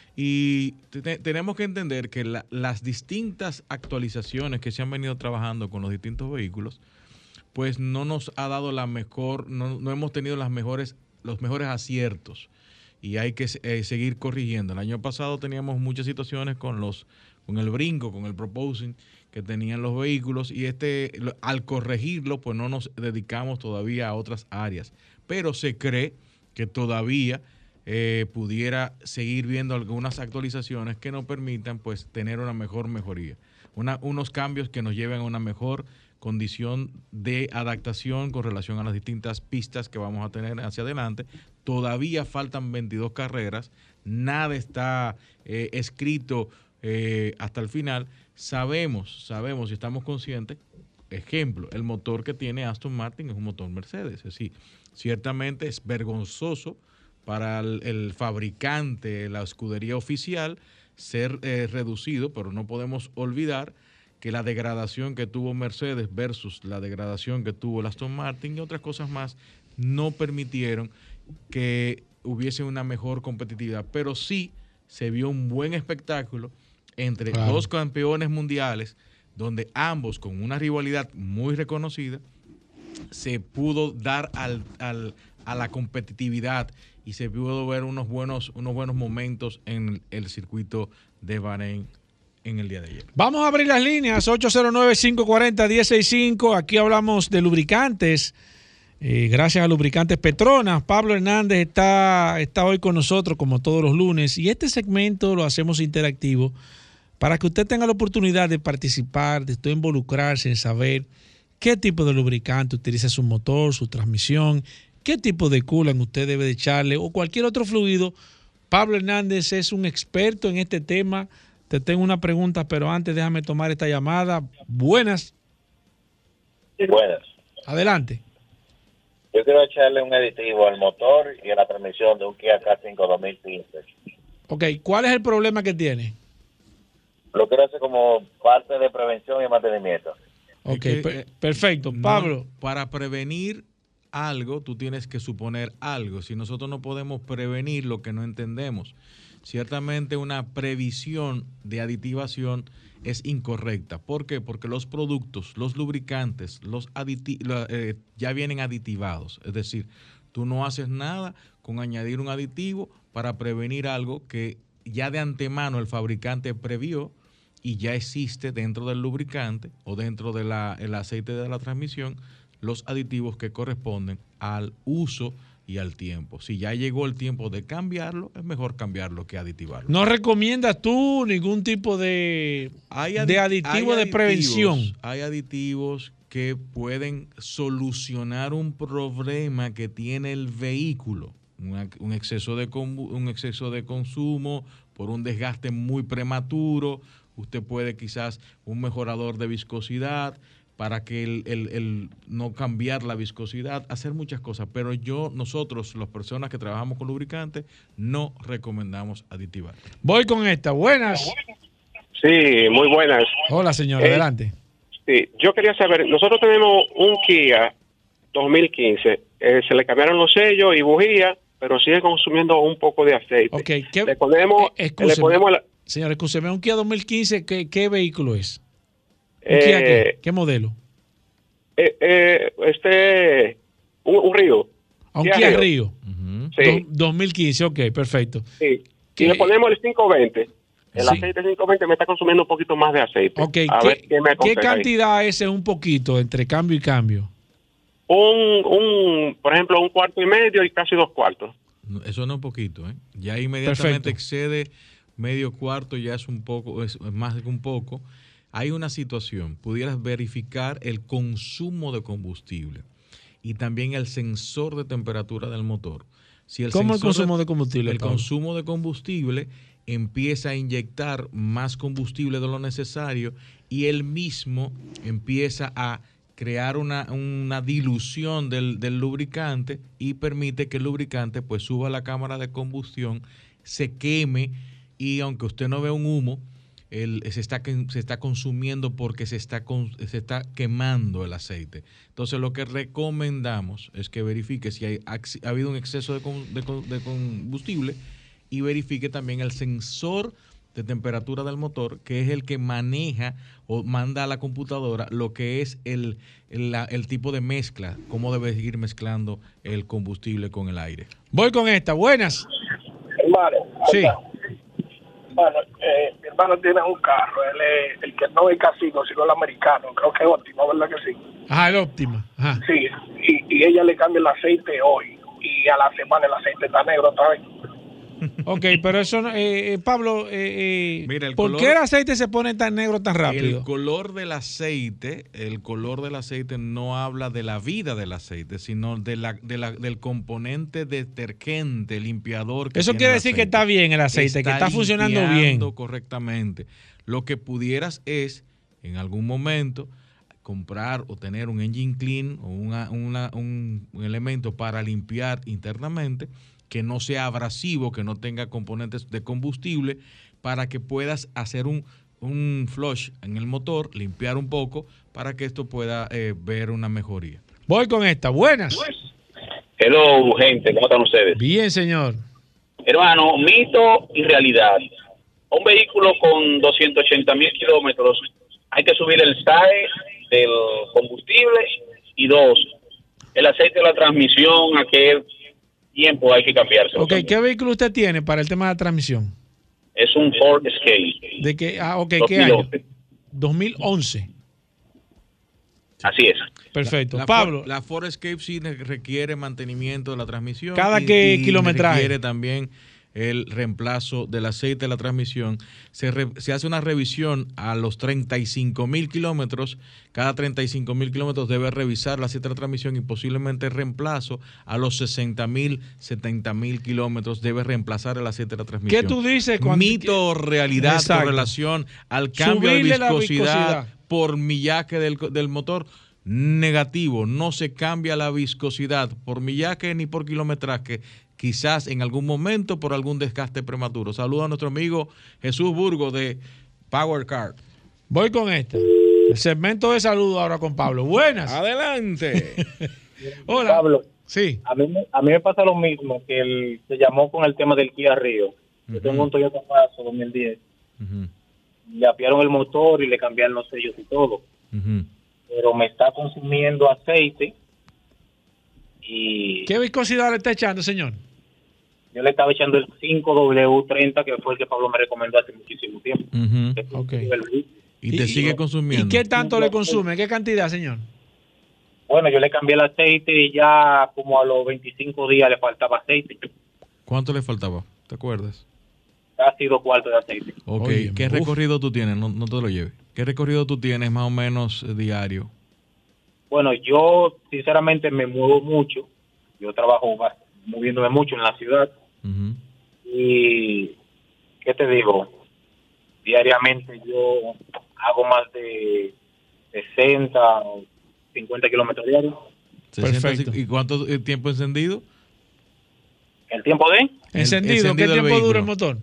Y te, tenemos que entender que la, las distintas actualizaciones que se han venido trabajando con los distintos vehículos, pues no nos ha dado la mejor, no, no hemos tenido las mejores, los mejores aciertos, y hay que eh, seguir corrigiendo. El año pasado teníamos muchas situaciones con los, con el brinco, con el proposing que tenían los vehículos, y este, al corregirlo, pues no nos dedicamos todavía a otras áreas, pero se cree que todavía eh, pudiera seguir viendo algunas actualizaciones que nos permitan pues tener una mejor mejoría, una, unos cambios que nos lleven a una mejor condición de adaptación con relación a las distintas pistas que vamos a tener hacia adelante. Todavía faltan veintidós carreras, nada está eh, escrito eh, hasta el final. Sabemos, sabemos y estamos conscientes, ejemplo, el motor que tiene Aston Martin es un motor Mercedes, es decir, ciertamente es vergonzoso para el, el fabricante, la escudería oficial, ser eh, reducido, pero no podemos olvidar que la degradación que tuvo Mercedes versus la degradación que tuvo el Aston Martin y otras cosas más no permitieron que hubiese una mejor competitividad, pero sí se vio un buen espectáculo entre claro. dos campeones mundiales, donde ambos con una rivalidad muy reconocida se pudo dar al, al, a la competitividad y se pudo ver unos buenos, unos buenos momentos en el circuito de Bahrein en el día de ayer. Vamos a abrir las líneas, ocho cero nueve, cinco cuatro cero, uno cero seis cinco. Aquí hablamos de lubricantes, eh, gracias a Lubricantes Petronas. Pablo Hernández está, está hoy con nosotros como todos los lunes, y este segmento lo hacemos interactivo para que usted tenga la oportunidad de participar, de usted involucrarse en saber qué tipo de lubricante utiliza su motor, su transmisión, qué tipo de coolant usted debe de echarle o cualquier otro fluido. Pablo Hernández es un experto en este tema. Te tengo una pregunta, pero antes déjame tomar esta llamada. Buenas. Buenas. Adelante. Yo quiero echarle un aditivo al motor y a la transmisión de un Kia K cinco dos mil quince. Ok, ¿cuál es el problema que tiene? Lo quiero hacer como parte de prevención y mantenimiento. Ok, es que, per perfecto. Pablo. No, para prevenir algo, tú tienes que suponer algo. Si nosotros no podemos prevenir lo que no entendemos. ciertamente una previsión de aditivación es incorrecta. ¿Por qué? Porque los productos, los lubricantes, los aditi- eh, ya vienen aditivados. Es decir, tú no haces nada con añadir un aditivo para prevenir algo que ya de antemano el fabricante previó y ya existe dentro del lubricante o dentro del aceite de la transmisión los aditivos que corresponden al uso y al tiempo. Si ya llegó el tiempo de cambiarlo, es mejor cambiarlo que aditivarlo. ¿No recomiendas tú ningún tipo de, hay de adi- aditivo hay de aditivos, prevención? Hay aditivos que pueden solucionar un problema que tiene el vehículo, una- un exceso de combu- un exceso de consumo por un desgaste muy prematuro. Usted puede quizás un mejorador de viscosidad para que el, el, el no cambiar la viscosidad, hacer muchas cosas, pero yo, nosotros, las personas que trabajamos con lubricantes, no recomendamos aditivar. Voy con esta. Buenas. Sí, muy buenas. Hola, señor, Eh, adelante. Sí, yo quería saber, nosotros tenemos un Kia dos mil quince, eh, se le cambiaron los sellos y bujía, pero sigue consumiendo un poco de aceite. Ok, ¿qué, le ponemos, eh, le excúseme, ponemos la, señor, escúcheme, un Kia dos mil quince, ¿qué, qué vehículo es? ¿Un eh, Kia qué? ¿Qué modelo? eh, eh, este, un, un Río. A un Kia, Río. Río. Sí. Do- dos mil quince, ok, perfecto. Sí. ¿Qué? Y le ponemos el quinientos veinte. El Sí. aceite quinientos veinte me está consumiendo un poquito más de aceite. Ok, A ¿qué, ver qué me ¿qué aconseja ahí. cantidad es un poquito entre cambio y cambio? Un, un, por ejemplo, un cuarto y medio y casi dos cuartos. No, eso no es poquito, ¿eh? Ya inmediatamente Perfecto. excede medio cuarto, ya es un poco, es más que un poco. Hay una situación, pudieras verificar el consumo de combustible y también el sensor de temperatura del motor. Si el ¿Cómo el sensor consumo de combustible, El Pablo? consumo de combustible empieza a inyectar más combustible de lo necesario y él mismo empieza a crear una, una dilución del, del lubricante y permite que el lubricante pues suba a la cámara de combustión, se queme y aunque usted no vea un humo, el, se, está, que- se está consumiendo porque se está, con- se está quemando el aceite. Entonces lo que recomendamos es que verifique si hay, acci- ha habido un exceso de, con- de con- de combustible y verifique también el sensor de temperatura del motor, que es el que maneja o manda a la computadora lo que es el, el, la- el tipo de mezcla, cómo debe ir mezclando el combustible con el aire. Voy con esta. Buenas. Hermano, Sí. hermano, eh, mi hermano tiene un carro, él es el que no es casino, sino el americano, creo que es óptimo, ¿verdad que sí? Ajá, el óptima. Ajá. Sí, y, y ella le cambia el aceite hoy, y a la semana el aceite está negro otra vez. Ok, pero eso, no- eh, eh, Pablo, eh, eh, Mira, el ¿por color- qué el aceite se pone tan negro tan rápido? El color del aceite, el color del aceite no habla de la vida del aceite, sino de la, de la, del componente detergente, limpiador. Que Eso tiene quiere el decir que aceite. está bien el aceite, que está funcionando bien. limpiando correctamente. Lo que pudieras es, en algún momento, comprar o tener un engine clean o una, una- un, un elemento para limpiar internamente que no sea abrasivo, que no tenga componentes de combustible, para que puedas hacer un, un flush en el motor, limpiar un poco, para que esto pueda eh, ver una mejoría. Voy con esta. Buenas. Hello, gente, ¿cómo están ustedes? Bien, señor. Hermano, mito y realidad. Un vehículo con doscientos ochenta mil kilómetros, hay que subir el S A E del combustible y dos, el aceite de la transmisión, a qué tiempo hay que cambiárselo. Ok, ¿qué vehículo usted tiene para el tema de la transmisión? Es un Ford Escape. ¿De qué? Ah, ok, ¿qué dos mil año? once. dos mil once. Así es. Perfecto. La, la Pablo. Ford, la Ford Escape sí ne- requiere mantenimiento de la transmisión. ¿Cada qué kilometraje? Requiere también el reemplazo del aceite de la transmisión. Se, re- se hace una revisión a los treinta y cinco mil kilómetros. Cada treinta y cinco mil kilómetros debe revisar el aceite de la transmisión y posiblemente reemplazo a los sesenta mil, setenta mil kilómetros debe reemplazar el aceite de la transmisión. ¿Qué tú dices cuando- Mito o realidad Exacto. con relación al cambio de Subirle la viscosidad, viscosidad. por millaje del, del motor. Negativo, no se cambia la viscosidad por millaje ni por kilometraje, quizás en algún momento por algún desgaste prematuro. Saludo a nuestro amigo Jesús Burgo de Power Car. Voy con esta. El segmento de saludo ahora con Pablo. Buenas. Adelante. Hola. Pablo, sí. a mí, me- a mí me pasa lo mismo que él se llamó con el tema del Kia Río. Yo tengo un Toyota Paso dos mil diez. Uh-huh. Le apiaron el motor y le cambiaron los sellos y todo. Uh-huh. Pero me está consumiendo aceite. Y ¿Qué viscosidad le está echando, señor? yo le estaba echando el cinco W treinta, que fue el que Pablo me recomendó hace muchísimo tiempo. Uh-huh. Okay. Y te Y- sigue consumiendo. ¿Y qué tanto le consume? ¿Qué cantidad, señor? Bueno, yo le cambié el aceite y ya como a los veinticinco días le faltaba aceite. ¿Cuánto le faltaba? ¿Te acuerdas? Casi dos cuartos de aceite. Ok, Oye, ¿qué uf. recorrido tú tienes? No, no te lo lleves. ¿Qué recorrido tú tienes más o menos eh, diario? Bueno, yo sinceramente me muevo mucho. Yo trabajo bast- moviéndome mucho en la ciudad. Uh-huh. Y, ¿qué te digo? Diariamente yo hago más de sesenta o cincuenta kilómetros diarios. Perfecto. ¿Y cuánto eh, tiempo encendido? ¿El tiempo de? Encendido, ¿qué encendido el tiempo vehículo. dura el motor?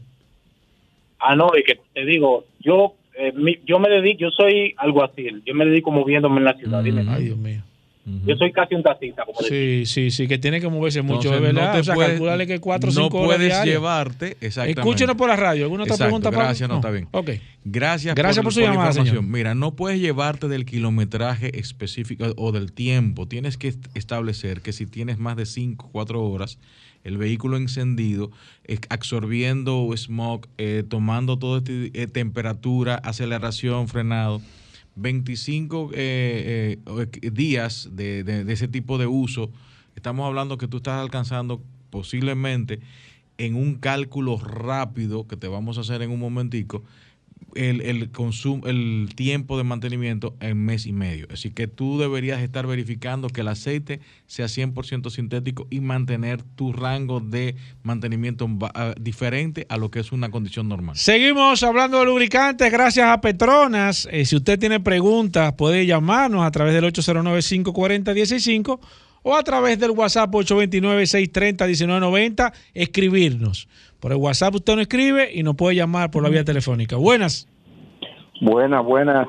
Ah, no, y que te digo, yo eh, mi- yo me dedico, yo soy alguacil, yo me dedico moviéndome en la ciudad. Dime. Ay, Dios mío. Yo soy casi un taxista, como Sí, sí, sí, que tiene que moverse mucho, Entonces, es verdad. no te o sea, puedes- calcularle que cuatro o no cinco horas puedes diarias. llevarte, exactamente. Escúchenos por la radio. ¿Alguna otra Exacto, pregunta, Pablo? gracias, no, está bien. Ok. Gracias, Gracias por su la llamada, información. señor. Mira, no puedes llevarte del kilometraje específico o del tiempo. Tienes que est- establecer que si tienes más de cinco, cuatro horas, el vehículo encendido, eh, absorbiendo smog, eh, tomando toda esta eh, temperatura, aceleración, frenado, veinticinco eh, eh, días de, de, de ese tipo de uso, estamos hablando que tú estás alcanzando posiblemente en un cálculo rápido que te vamos a hacer en un momentico, el, el consumo, el tiempo de mantenimiento en mes y medio. Así que tú deberías estar verificando que el aceite sea cien por ciento sintético y mantener tu rango de mantenimiento uh, diferente a lo que es una condición normal. Seguimos hablando de lubricantes gracias a Petronas. Eh, si usted tiene preguntas, puede llamarnos a través del ocho cero nueve, cinco cuatro cero, uno seis cinco o a través del WhatsApp ocho dos nueve, seis tres cero, uno nueve nueve cero, escribirnos. Por el WhatsApp usted nos escribe y nos puede llamar por la vía telefónica. Buenas. Buenas, buenas.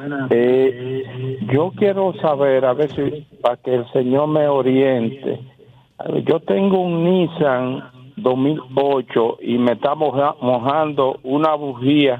Eh, yo quiero saber, a ver si, para que el señor me oriente. A ver, yo tengo un Nissan dos mil ocho y me está moja, mojando una bujía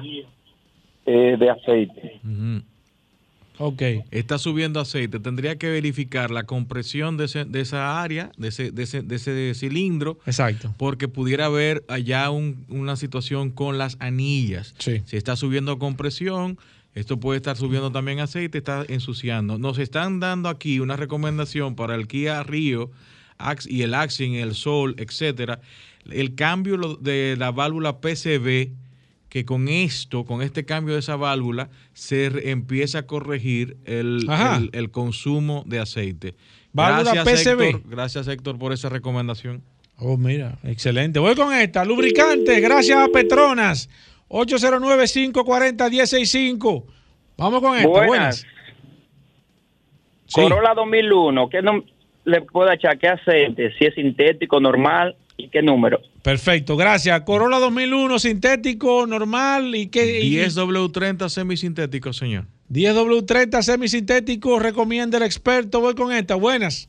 eh, de aceite. Uh-huh. Ok. Está subiendo aceite. Tendría que verificar la compresión de, ese, de esa área, de ese, de, ese, de ese cilindro. Exacto. Porque pudiera haber allá un, una situación con las anillas. Sí. Si está subiendo compresión, esto puede estar subiendo también aceite, está ensuciando. Nos están dando aquí una recomendación para el Kia Rio y el Axing, el Sol, etcétera. El cambio de la válvula P C V, que con esto, con este cambio de esa válvula, se re- empieza a corregir el, el, el consumo de aceite. Válvula Gracias, P C V. Héctor, gracias, Héctor, por esa recomendación. Oh, mira, excelente. Voy con esta. Lubricantes, gracias a Petronas. ocho cero nueve, cinco cuatro cero, uno seis cinco. Vamos con esta. Buenas. Buenas. Sí. Corolla dos mil uno, ¿qué no le puedo echar? ¿Qué aceite? Si es sintético, normal y qué número. Perfecto, gracias. Corolla dos mil uno, sintético, normal y qué. y- diez W treinta semisintético, señor. diez W treinta semisintético, recomienda el experto. Voy con esta. Buenas.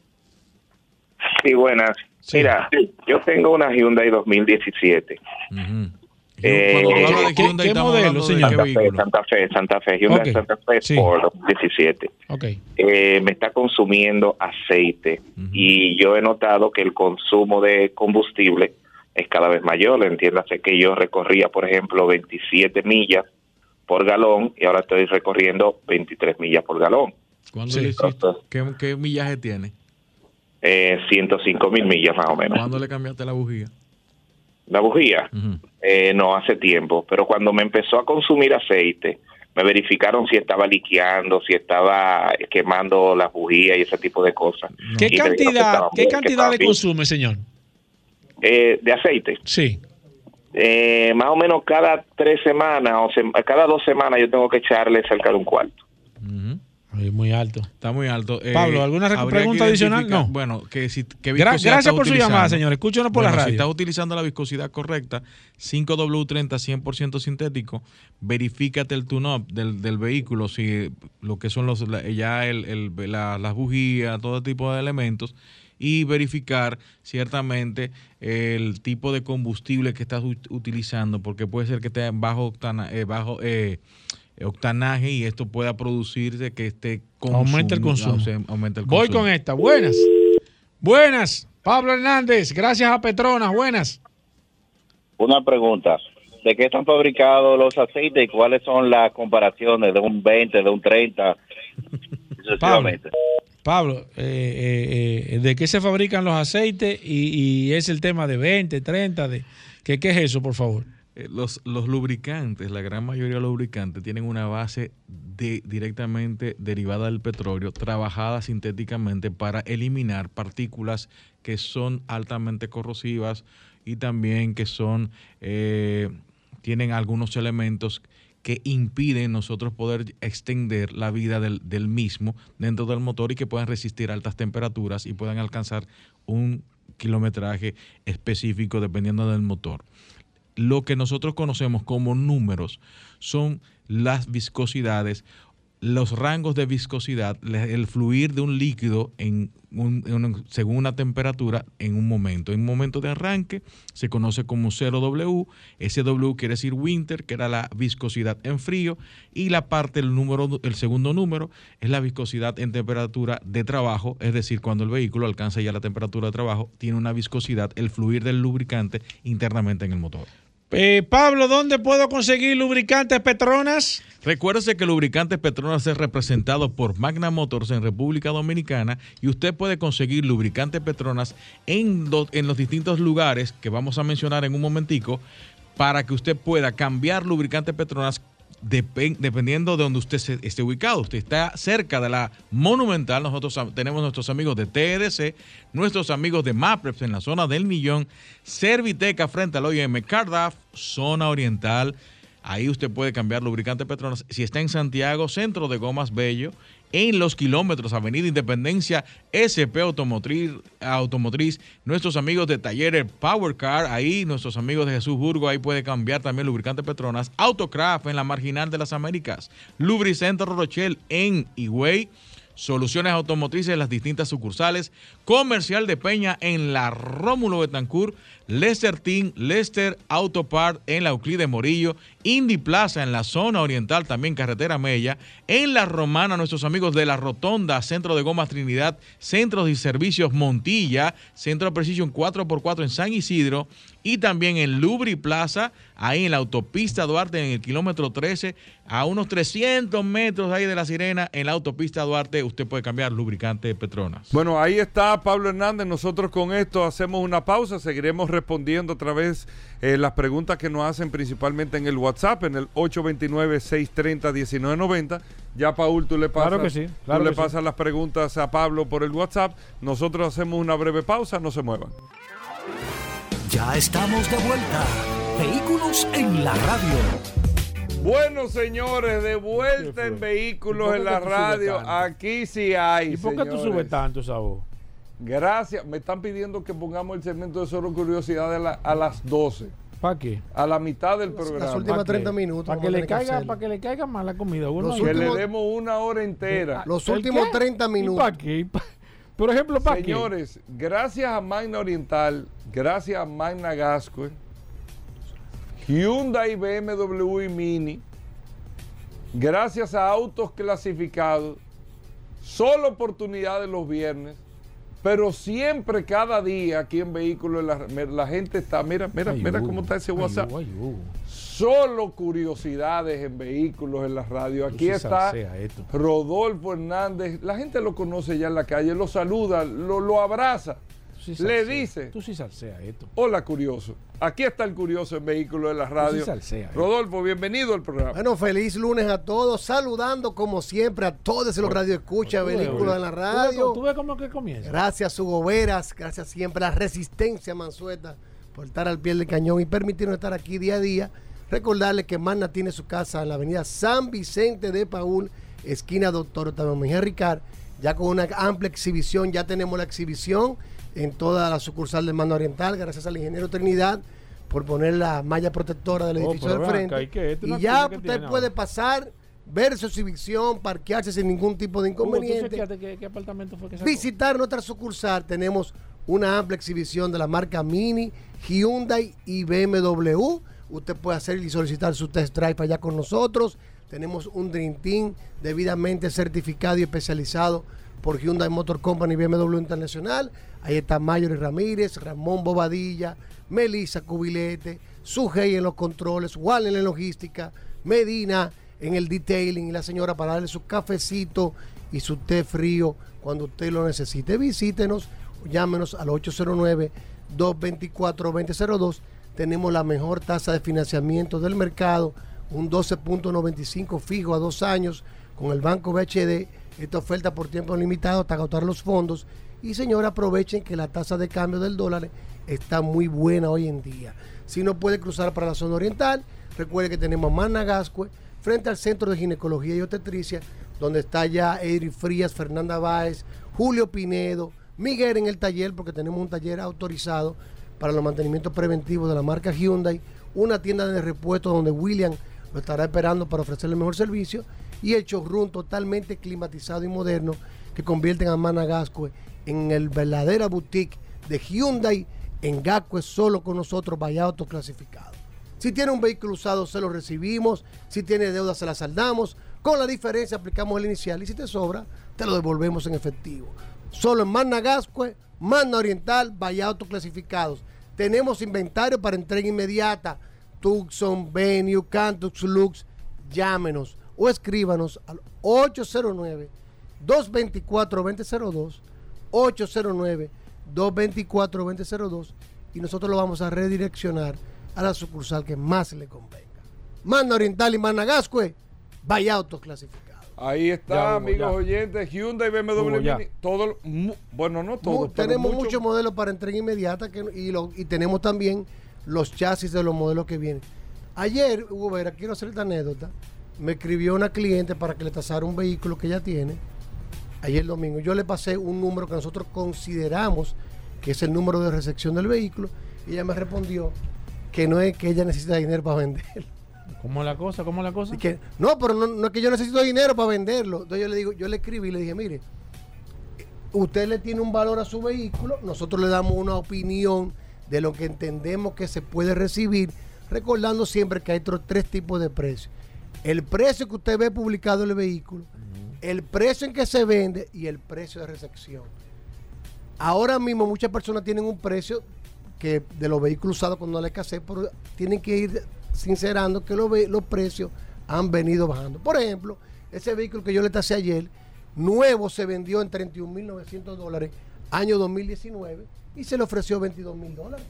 Sí, buenas. Mira, yo tengo una Hyundai dos mil diecisiete. Eh, Cuando tú hablas de ¿Qué- Hyundai, qué estamos modelo, hablando de señor? qué Santa Fe, vehículo. Santa Fe, Santa Fe, Hyundai Ok. Santa Fe Sí. Sport dos mil diecisiete. Ok. Eh, me está consumiendo aceite y yo he notado que el consumo de combustible es cada vez mayor. Entiéndase que yo recorría, por ejemplo, veintisiete millas por galón y ahora estoy recorriendo veintitrés millas por galón. ¿Cuándo Sí. le hiciste? ¿Qué, qué millaje tiene? Eh, ciento cinco mil millas más o menos. ¿Cuándo le cambiaste la bujía? La bujía, eh, no hace tiempo, pero cuando me empezó a consumir aceite, me verificaron si estaba liqueando, si estaba quemando la bujía y ese tipo de cosas. ¿Qué Y me dijeron que cantidad, estaba ¿qué bien, que cantidad estaba le bien. consume, señor? Eh, ¿De aceite? Sí. Eh, más o menos cada tres semanas o se- cada dos semanas yo tengo que echarle cerca de un cuarto. Ay, muy alto. Está muy alto. Eh, Pablo, ¿alguna rec- habría pregunta que adicional? identificar- No. Bueno, que si que Gra- viscosidad gracias estás por su utilizando. llamada, señor. Escúchenos por la Bueno, radio. Si estás utilizando la viscosidad correcta, cinco W treinta cien por ciento sintético, verifícate el tune-up del, del vehículo, si lo que son los la- ya el, el- la- las bujías, todo tipo de elementos, y verificar ciertamente el tipo de combustible que estás ut- utilizando, porque puede ser que esté en bajo, octana, eh, bajo eh, octanaje y esto pueda producirse que esté Aumenta el consumo. Aumenta el Voy consumo. con esta. Buenas. Buenas. Pablo Hernández. Gracias a Petronas. Buenas. Una pregunta. ¿De qué están fabricados los aceites y cuáles son las comparaciones de un veinte, de un treinta? Pablo, Pablo eh, eh, eh, ¿de qué se fabrican los aceites? Y, y es el tema de veinte, treinta. De, ¿qué, ¿Qué es eso, por favor? Eh, Los, los lubricantes, la gran mayoría de los lubricantes tienen una base de, directamente derivada del petróleo, trabajada sintéticamente para eliminar partículas que son altamente corrosivas y también que son eh, tienen algunos elementos que impiden nosotros poder extender la vida del, del mismo dentro del motor y que puedan resistir altas temperaturas y puedan alcanzar un kilometraje específico dependiendo del motor. Lo que nosotros conocemos como números son las viscosidades, los rangos de viscosidad, el fluir de un líquido en un, en un, según una temperatura en un momento. En un momento de arranque se conoce como cero W, ese W quiere decir winter, que era la viscosidad en frío, y la parte, el, número, el segundo número, es la viscosidad en temperatura de trabajo, es decir, cuando el vehículo alcanza ya la temperatura de trabajo, tiene una viscosidad, el fluir del lubricante internamente en el motor. Eh, Pablo, ¿dónde puedo conseguir lubricantes Petronas? Recuérdese que Lubricantes Petronas es representado por Magna Motors en República Dominicana y usted puede conseguir lubricantes Petronas en, do, en los distintos lugares que vamos a mencionar en un momentico para que usted pueda cambiar lubricantes Petronas Dep- dependiendo de donde usted se, esté ubicado. Usted está cerca de la Monumental, nosotros am- tenemos nuestros amigos de T E D C, nuestros amigos de MAPREPS en la zona del Millón, Serviteca frente al O I M, Cardaf, zona oriental. Ahí usted puede cambiar lubricante Petronas. Si está en Santiago, Centro de Gomas Bello, en los kilómetros, Avenida Independencia, S P Automotriz, Automotriz, nuestros amigos de Talleres Power Car, ahí nuestros amigos de Jesús Burgo, ahí puede cambiar también lubricante Petronas, Autocraft en la Marginal de las Américas, Lubricentro Rochelle en Higüey, Soluciones Automotrices en las distintas sucursales, Comercial de Peña en la Rómulo Betancourt, Lester Team, Lester Autopart en la Euclides Morillo, Indy Plaza en la zona oriental, también Carretera Mella, en la Romana, nuestros amigos de la Rotonda, Centro de Gomas Trinidad, Centros y Servicios Montilla, Centro Precision cuatro por cuatro en San Isidro, y también en Lubri Plaza, ahí en la autopista Duarte, en el kilómetro trece, a unos trescientos metros ahí de La Sirena, en la autopista Duarte, usted puede cambiar lubricante Petronas. Bueno, ahí está Pablo Hernández. Nosotros con esto hacemos una pausa, seguiremos respondiendo otra vez eh, las preguntas que nos hacen principalmente en el WhatsApp, en el ocho dos nueve, seis tres cero, uno nueve nueve cero. Ya, Paul, tú le pasas, Claro que sí, claro tú le que sí. pasas las preguntas a Pablo por el WhatsApp. Nosotros hacemos una breve pausa, no se muevan. Ya estamos de vuelta. Vehículos en la radio. Bueno, señores, de vuelta en Vehículos en la Radio. Aquí sí hay. ¿Y por qué tú señores. subes tanto esa voz? Gracias. Me están pidiendo que pongamos el segmento de Solo Curiosidad a, la- a las doce. ¿Para qué? A la mitad del programa. Las últimas treinta minutos. Para que, vamos a le tener que caiga, hacerlo. para que le caiga más la comida. Uno Los ahí. Que últimos- le demos una hora entera. Los ¿El últimos qué? treinta ¿Y minutos. para qué? Pa- Por ejemplo, ¿para qué? Señores, gracias a Magna Oriental, gracias a Magna Gascue, Hyundai, B M W y Mini, gracias a Autos Clasificados, solo oportunidades los viernes, pero siempre, cada día, aquí en Vehículos, la, la gente está, mira, mira, Ay, mira uh, cómo está ese ay, WhatsApp. uh, ay, uh. Solo curiosidades en Vehículos en la Radio. Tú Aquí sí está salsea esto. Rodolfo Hernández. La gente lo conoce ya en la calle, lo saluda, lo, lo abraza. Tú sí Le salsea. dice, Tú sí salsea esto. hola curioso. Aquí está el curioso en Vehículos de la Radio. sí salsea, eh. Rodolfo, bienvenido al programa. Bueno, feliz lunes a todos, saludando como siempre a todos los radio escucha, Tú ves, vehículos en la ¿Tú ves, radio. tú ves cómo que comienza? Gracias, Hugo Veras, gracias siempre a la Resistencia Mansueta por estar al pie del cañón y permitirnos estar aquí día a día. Recordarles que Magna tiene su casa en la avenida San Vicente de Paúl, esquina Doctor Octavio Mejía Ricard, ya con una amplia exhibición. Ya tenemos la exhibición en toda la sucursal del Magna Oriental, gracias al ingeniero Trinidad por poner la malla protectora del Oh, edificio pero del ven acá, frente. ¿y qué? ¿Esto es Y una ya cosa que usted tiene puede ahora? pasar ver su exhibición, parquearse sin ningún tipo de inconveniente. Hugo, ¿tú ¿qué, ¿Qué apartamento fue que sacó? Visitar nuestra sucursal. Tenemos una amplia exhibición de la marca Mini, Hyundai y B M W. Usted puede hacer y solicitar su test drive allá con nosotros. Tenemos un Dream Team debidamente certificado y especializado por Hyundai Motor Company y B M W Internacional. Ahí está Mayor Ramírez, Ramón Bobadilla, Melissa Cubilete, Sujei en los controles, Wallen en logística, Medina en el detailing y la señora para darle su cafecito y su té frío cuando usted lo necesite. Visítenos, llámenos al ocho cero nueve, dos dos cuatro, dos cero cero dos. Tenemos la mejor tasa de financiamiento del mercado, un doce punto noventa y cinco fijo a dos años con el Banco B H D. Esta oferta por tiempo limitado hasta agotar los fondos. Y señora, aprovechen que la tasa de cambio del dólar está muy buena hoy en día. Si no puede cruzar para la zona oriental, recuerde que tenemos Managascue, frente al Centro de Ginecología y Obstetricia, donde está ya Edri Frías, Fernanda Báez, Julio Pinedo, Miguel en el taller, porque tenemos un taller autorizado para los mantenimientos preventivos de la marca Hyundai, una tienda de repuestos donde William lo estará esperando para ofrecerle el mejor servicio, y el showroom totalmente climatizado y moderno que convierten a Managascue en el verdadera boutique de Hyundai en Gascue, solo con nosotros, vaya autoclasificado. Si tiene un vehículo usado, se lo recibimos. Si tiene deuda, se la saldamos. Con la diferencia, aplicamos el inicial. Y si te sobra, te lo devolvemos en efectivo. Solo en Managascue, Magna Oriental, vaya autoclasificados. Tenemos inventario para entrega inmediata. Tucson, Venue, Cantux, Lux. Llámenos o escríbanos al ocho cero nueve, dos dos cuatro, dos cero cero dos. ocho cero nueve, dos dos cuatro, dos cero cero dos. Y nosotros lo vamos a redireccionar a la sucursal que más le convenga. Magna Oriental y Managascue, vaya autoclasificado. Ahí está, ya, amigos ya. oyentes, Hyundai, B M W, Mini, todo, mu, bueno, no todo. Mu, tenemos muchos mucho modelos para entrega inmediata que, y, lo, y tenemos también los chasis de los modelos que vienen. Ayer, Hugo Vera, quiero hacer esta anécdota, me escribió una cliente para que le tasara un vehículo que ella tiene. Ayer domingo, yo le pasé un número que nosotros consideramos que es el número de recepción del vehículo, y ella me respondió que no es que ella necesita dinero para venderlo. ¿Cómo es la cosa? ¿Cómo es la cosa? Y que, no, pero no, no es que yo necesito dinero para venderlo. Entonces yo le digo, yo le escribí y le dije, mire, usted le tiene un valor a su vehículo, nosotros le damos una opinión de lo que entendemos que se puede recibir, recordando siempre que hay otros tres tipos de precios. El precio que usted ve publicado en el vehículo, uh-huh. el precio en que se vende y el precio de recepción. Ahora mismo muchas personas tienen un precio que de los vehículos usados cuando no hay que hacer, pero tienen que ir sincerando que los, los precios han venido bajando. Por ejemplo, ese vehículo que yo le tasé ayer, nuevo, se vendió en treinta y un mil novecientos dólares, año dos mil diecinueve, y se le ofreció veintidós mil dólares.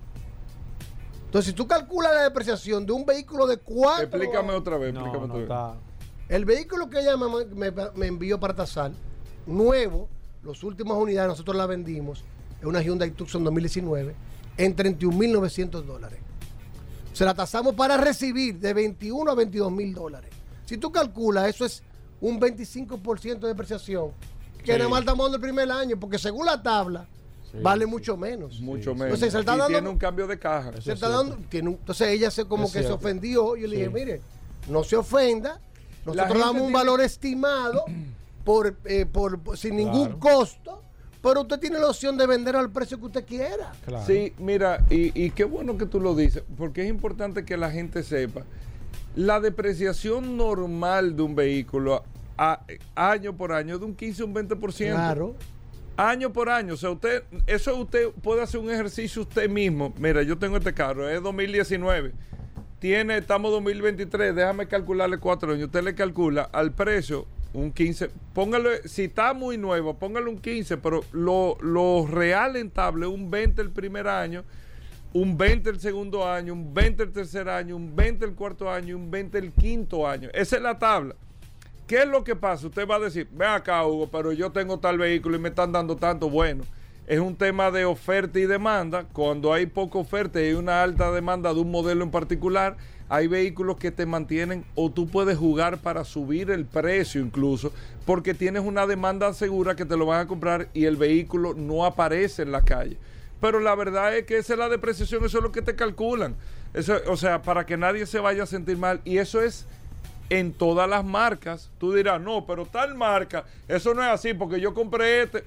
Entonces, si tú calculas la depreciación de un vehículo de cuatro... Explícame años, otra vez, no, explícame no otra está. vez. El vehículo que ella me, me, me envió para tasar, nuevo, las últimas unidades nosotros la vendimos, es una Hyundai Tucson dos mil diecinueve, en treinta y un mil novecientos dólares. Se la tasamos para recibir de veintiuno a veintidós mil dólares. Si tú calculas, eso es un veinticinco por ciento de depreciación, que Sí. nada más estamos dando el primer año, porque según la tabla, Sí, vale sí. mucho menos. Mucho Sí, menos. Entonces, se está y dando, tiene un cambio de caja. se está dando, tiene un- entonces ella se como Es que se cierto. ofendió. Yo le dije, Sí. mire, no se ofenda, La nosotros gente damos un tiene- valor estimado por, eh, por, por- sin ningún costo, pero usted tiene la opción de vender al precio que usted quiera. Sí, mira, y, y qué bueno que tú lo dices, porque es importante que la gente sepa. La depreciación normal de un vehículo a- año por año es de un quince a un veinte por ciento. Claro. Año por año. O sea, usted, eso usted puede hacer un ejercicio usted mismo. Mira, yo tengo este carro, es dos mil diecinueve. Tiene, estamos dos mil veintitrés, déjame calcularle cuatro años. Usted le calcula al precio un quince. Póngalo, si está muy nuevo, póngale un quince, pero lo, lo real rentable, un veinte el primer año, un veinte el segundo año, un veinte el tercer año, un veinte el cuarto año y un veinte el quinto año. Esa es la tabla. ¿Qué es lo que pasa? Usted va a decir, ven acá, Hugo, pero yo tengo tal vehículo y me están dando tanto. Bueno, es un tema de oferta y demanda. Cuando hay poca oferta y hay una alta demanda de un modelo en particular, hay vehículos que te mantienen, o tú puedes jugar para subir el precio incluso, porque tienes una demanda segura que te lo van a comprar y el vehículo no aparece en la calle. Pero la verdad es que esa es la depreciación, eso es lo que te calculan. Eso, o sea, para que nadie se vaya a sentir mal. Y eso es en todas las marcas. Tú dirás, no, pero tal marca, eso no es así porque yo compré este.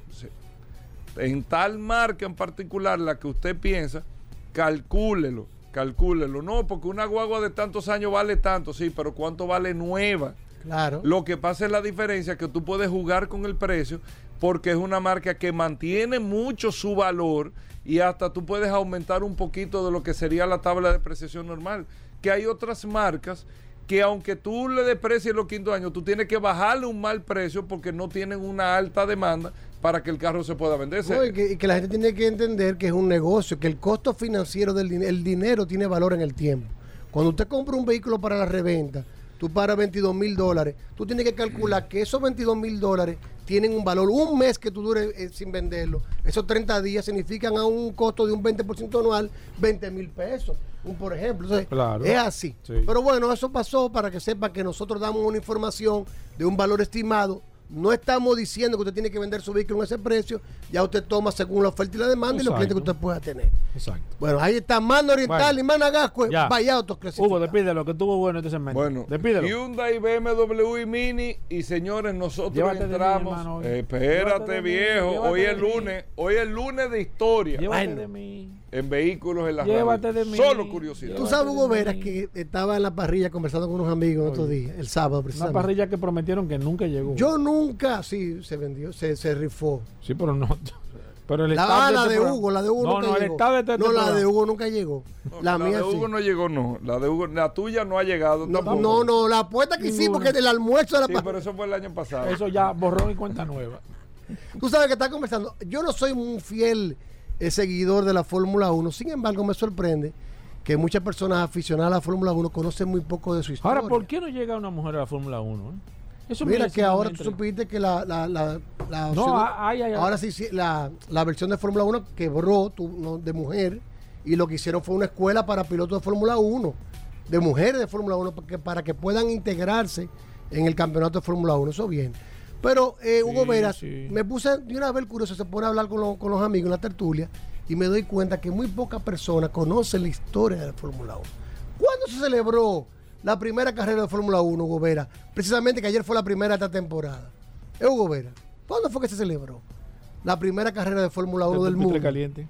En tal marca en particular, la que usted piensa, calcúlelo, calcúlelo. No, porque una guagua de tantos años vale tanto, sí, pero ¿cuánto vale nueva? Claro. Lo que pasa es la diferencia que tú puedes jugar con el precio porque es una marca que mantiene mucho su valor y hasta tú puedes aumentar un poquito de lo que sería la tabla de depreciación normal. Que hay otras marcas que aunque tú le deprecies los quintos años, tú tienes que bajarle un mal precio porque no tienen una alta demanda para que el carro se pueda vender. No, y, que, y que la gente tiene que entender que es un negocio, que el costo financiero del dinero, el dinero tiene valor en el tiempo. Cuando usted compra un vehículo para la reventa, tú pagas veintidós mil dólares, tú tienes que calcular que esos veintidós mil dólares tienen un valor. Un mes que tú dures eh, sin venderlo, esos treinta días significan a un costo de un veinte por ciento anual, veinte mil pesos, un, por ejemplo. Entonces, claro. Es así. Sí. Pero bueno, eso pasó para que sepan que nosotros damos una información de un valor estimado. No estamos diciendo que usted tiene que vender su vehículo en ese precio, ya usted toma según la oferta y la demanda. Exacto. Y los clientes que usted pueda tener. Exacto. Bueno, ahí está Mano Oriental bueno, y Managascue, vaya autos clasificados. Hugo, despídelo, que estuvo bueno este segmento. Bueno, despídelo. Hyundai, B M W y Mini, y señores, nosotros llévate entramos. De mí, hermano, eh, espérate, viejo, mí, hoy es lunes, hoy es lunes de historia. Llévate bueno, de mí. En vehículos en la Llévate radio. De mí. Solo curiosidad. Tú sabes, Hugo Veras, que estaba en la parrilla conversando con unos amigos el otro día, el sábado precisamente. Una parrilla que prometieron que nunca llegó. Yo nunca, sí, se vendió, se, se rifó. Sí, pero no. Pero el la, de la este de Hugo, la de Hugo no, nunca no, llegó. El de no, la de Hugo nunca llegó. No, la, la mía de Hugo sí. no llegó, no. La de Hugo, la tuya no ha llegado no, tampoco. No, no, la apuesta que hicimos que del almuerzo de la sí, pero eso fue el año pasado. Eso ya borró y cuenta nueva. Tú sabes que estás conversando. Yo no soy un fiel eh, seguidor de la Fórmula uno. Sin embargo, me sorprende que muchas personas aficionadas a la Fórmula uno conocen muy poco de su historia. Ahora, ¿por qué no llega una mujer a la Fórmula uno? Eh? Eso Mira que ahora tú supiste que la, la, la, la no, opción, ay, ay, ay. ahora sí, sí la, la versión de Fórmula uno quebró tu, no, de mujer, y lo que hicieron fue una escuela para pilotos de Fórmula uno, de mujeres de Fórmula uno, para que, para que puedan integrarse en el campeonato de Fórmula uno. Eso bien. Pero eh, Hugo sí, Veras, sí. me puse de una vez curioso, se pone a hablar con, lo, con los amigos en la tertulia, y me doy cuenta que muy pocas personas conocen la historia de la Fórmula uno. ¿Cuándo se celebró la primera carrera de Fórmula uno, Hugo Vera? Precisamente que ayer fue la primera de esta temporada. ¿Eh, Hugo Vera? ¿Cuándo fue que se celebró la primera carrera de Fórmula uno del mundo? Caliente.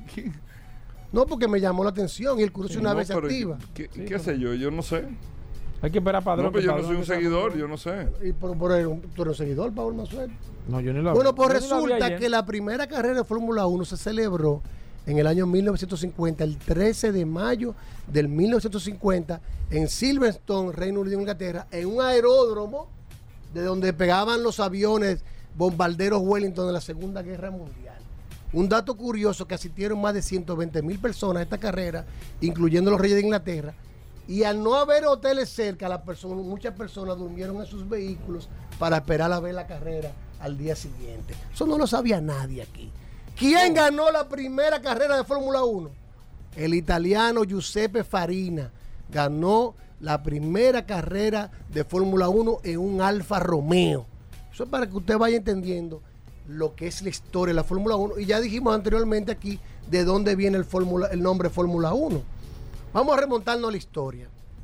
No, porque me llamó la atención y el curso sí, una no, vez se activa. ¿Qué, qué, sí, qué sé yo? Yo no sé. Hay que esperar a Padrón. No, pero yo Padrón no soy un seguidor, yo no sé. ¿Y por, por el, tú eres un seguidor, Paul Mansuel? No, yo ni lo Bueno, pues resulta que la primera carrera de Fórmula uno se celebró en el año mil novecientos cincuenta, el trece de mayo del mil novecientos cincuenta, en Silverstone, Reino Unido, Inglaterra, en un aeródromo de donde pegaban los aviones bombarderos Wellington de la Segunda Guerra Mundial. Un dato curioso, que asistieron más de ciento veinte mil personas a esta carrera, incluyendo los reyes de Inglaterra, y al no haber hoteles cerca, las personas, muchas personas durmieron en sus vehículos para esperar a ver la carrera al día siguiente. Eso no lo sabía nadie aquí. ¿Quién ganó la primera carrera de Fórmula uno? El italiano Giuseppe Farina ganó la primera carrera de Fórmula uno en un Alfa Romeo. Eso es para que usted vaya entendiendo lo que es la historia de la Fórmula uno. Y ya dijimos anteriormente aquí de dónde viene el, Fórmula, el nombre Fórmula uno. Vamos a remontarnos a la historia.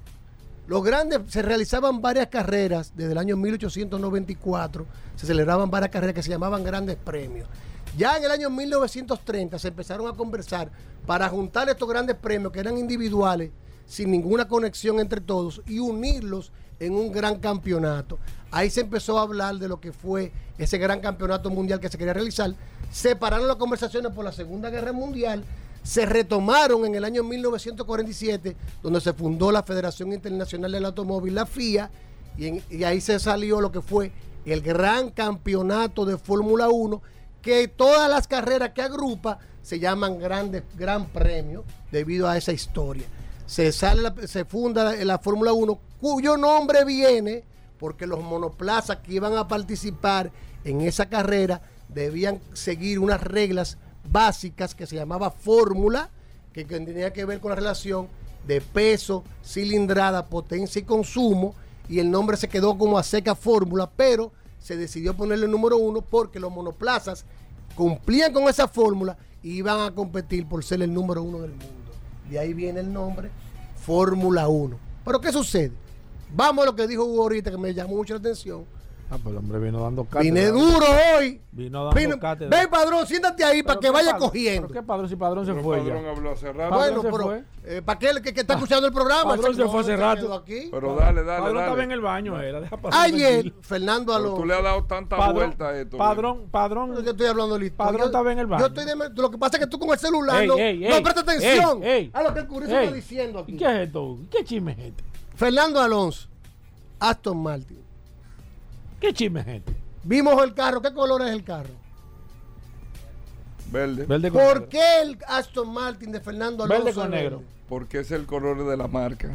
Los grandes, se realizaban varias carreras desde el año mil ochocientos noventa y cuatro, se celebraban varias carreras que se llamaban grandes premios. Ya en el año mil novecientos treinta se empezaron a conversar para juntar estos grandes premios que eran individuales, sin ninguna conexión entre todos, y unirlos en un gran campeonato. Ahí se empezó a hablar de lo que fue ese gran campeonato mundial que se quería realizar. Separaron las conversaciones por la Segunda Guerra Mundial, se retomaron en el año mil novecientos cuarenta y siete, donde se fundó la Federación Internacional del Automóvil, la F I A, y, en, y ahí se salió lo que fue el gran campeonato de Fórmula uno, que todas las carreras que agrupa se llaman grandes, gran premio debido a esa historia. Se, sale la, se funda la, la Fórmula uno, cuyo nombre viene porque los monoplazas que iban a participar en esa carrera debían seguir unas reglas básicas que se llamaba fórmula, que, que tenía que ver con la relación de peso, cilindrada, potencia y consumo, y el nombre se quedó como a seca fórmula, pero se decidió ponerle el número uno porque los monoplazas cumplían con esa fórmula y iban a competir por ser el número uno del mundo. De ahí viene el nombre Fórmula uno. Pero ¿qué sucede? Vamos a lo que dijo Hugo ahorita, que me llamó mucho la atención. Ah, pues el hombre vino dando cátedra. Vine duro hoy. Vino dando Vino, cátedra. ven, Padrón, siéntate ahí para que vaya padrón, cogiendo. ¿Pero qué Padrón? Si Padrón se Pero fue Padrón ya. habló hace rato. Bueno, se pero fue. eh, ¿para qué el que, que está escuchando el programa? Padrón se No, fue hace se rato. quedó aquí. Pero dale, dale, Padrón dale. estaba en el baño, era. Deja pasar Ayer, tranquilo. Fernando Pero Alonso. tú le has dado tanta Padrón, vuelta a esto. Padrón, Padrón. Yo estoy hablando listo. Padrón Yo- estaba en el baño. Yo estoy de, lo que pasa es que tú con el celular Ey, no, ey, no ey, presta atención ey, ey. a lo que el curioso Ey, está diciendo aquí. ¿y qué es esto? ¿Qué chisme es este? Fernando Alonso, Aston Martin. ¿Qué chisme es este? Vimos el carro. ¿Qué color es el carro? Verde. Verde con ¿Por negro. qué el Aston Martin de Fernando Alonso? Verde con es negro. verde? Porque es el color de la marca.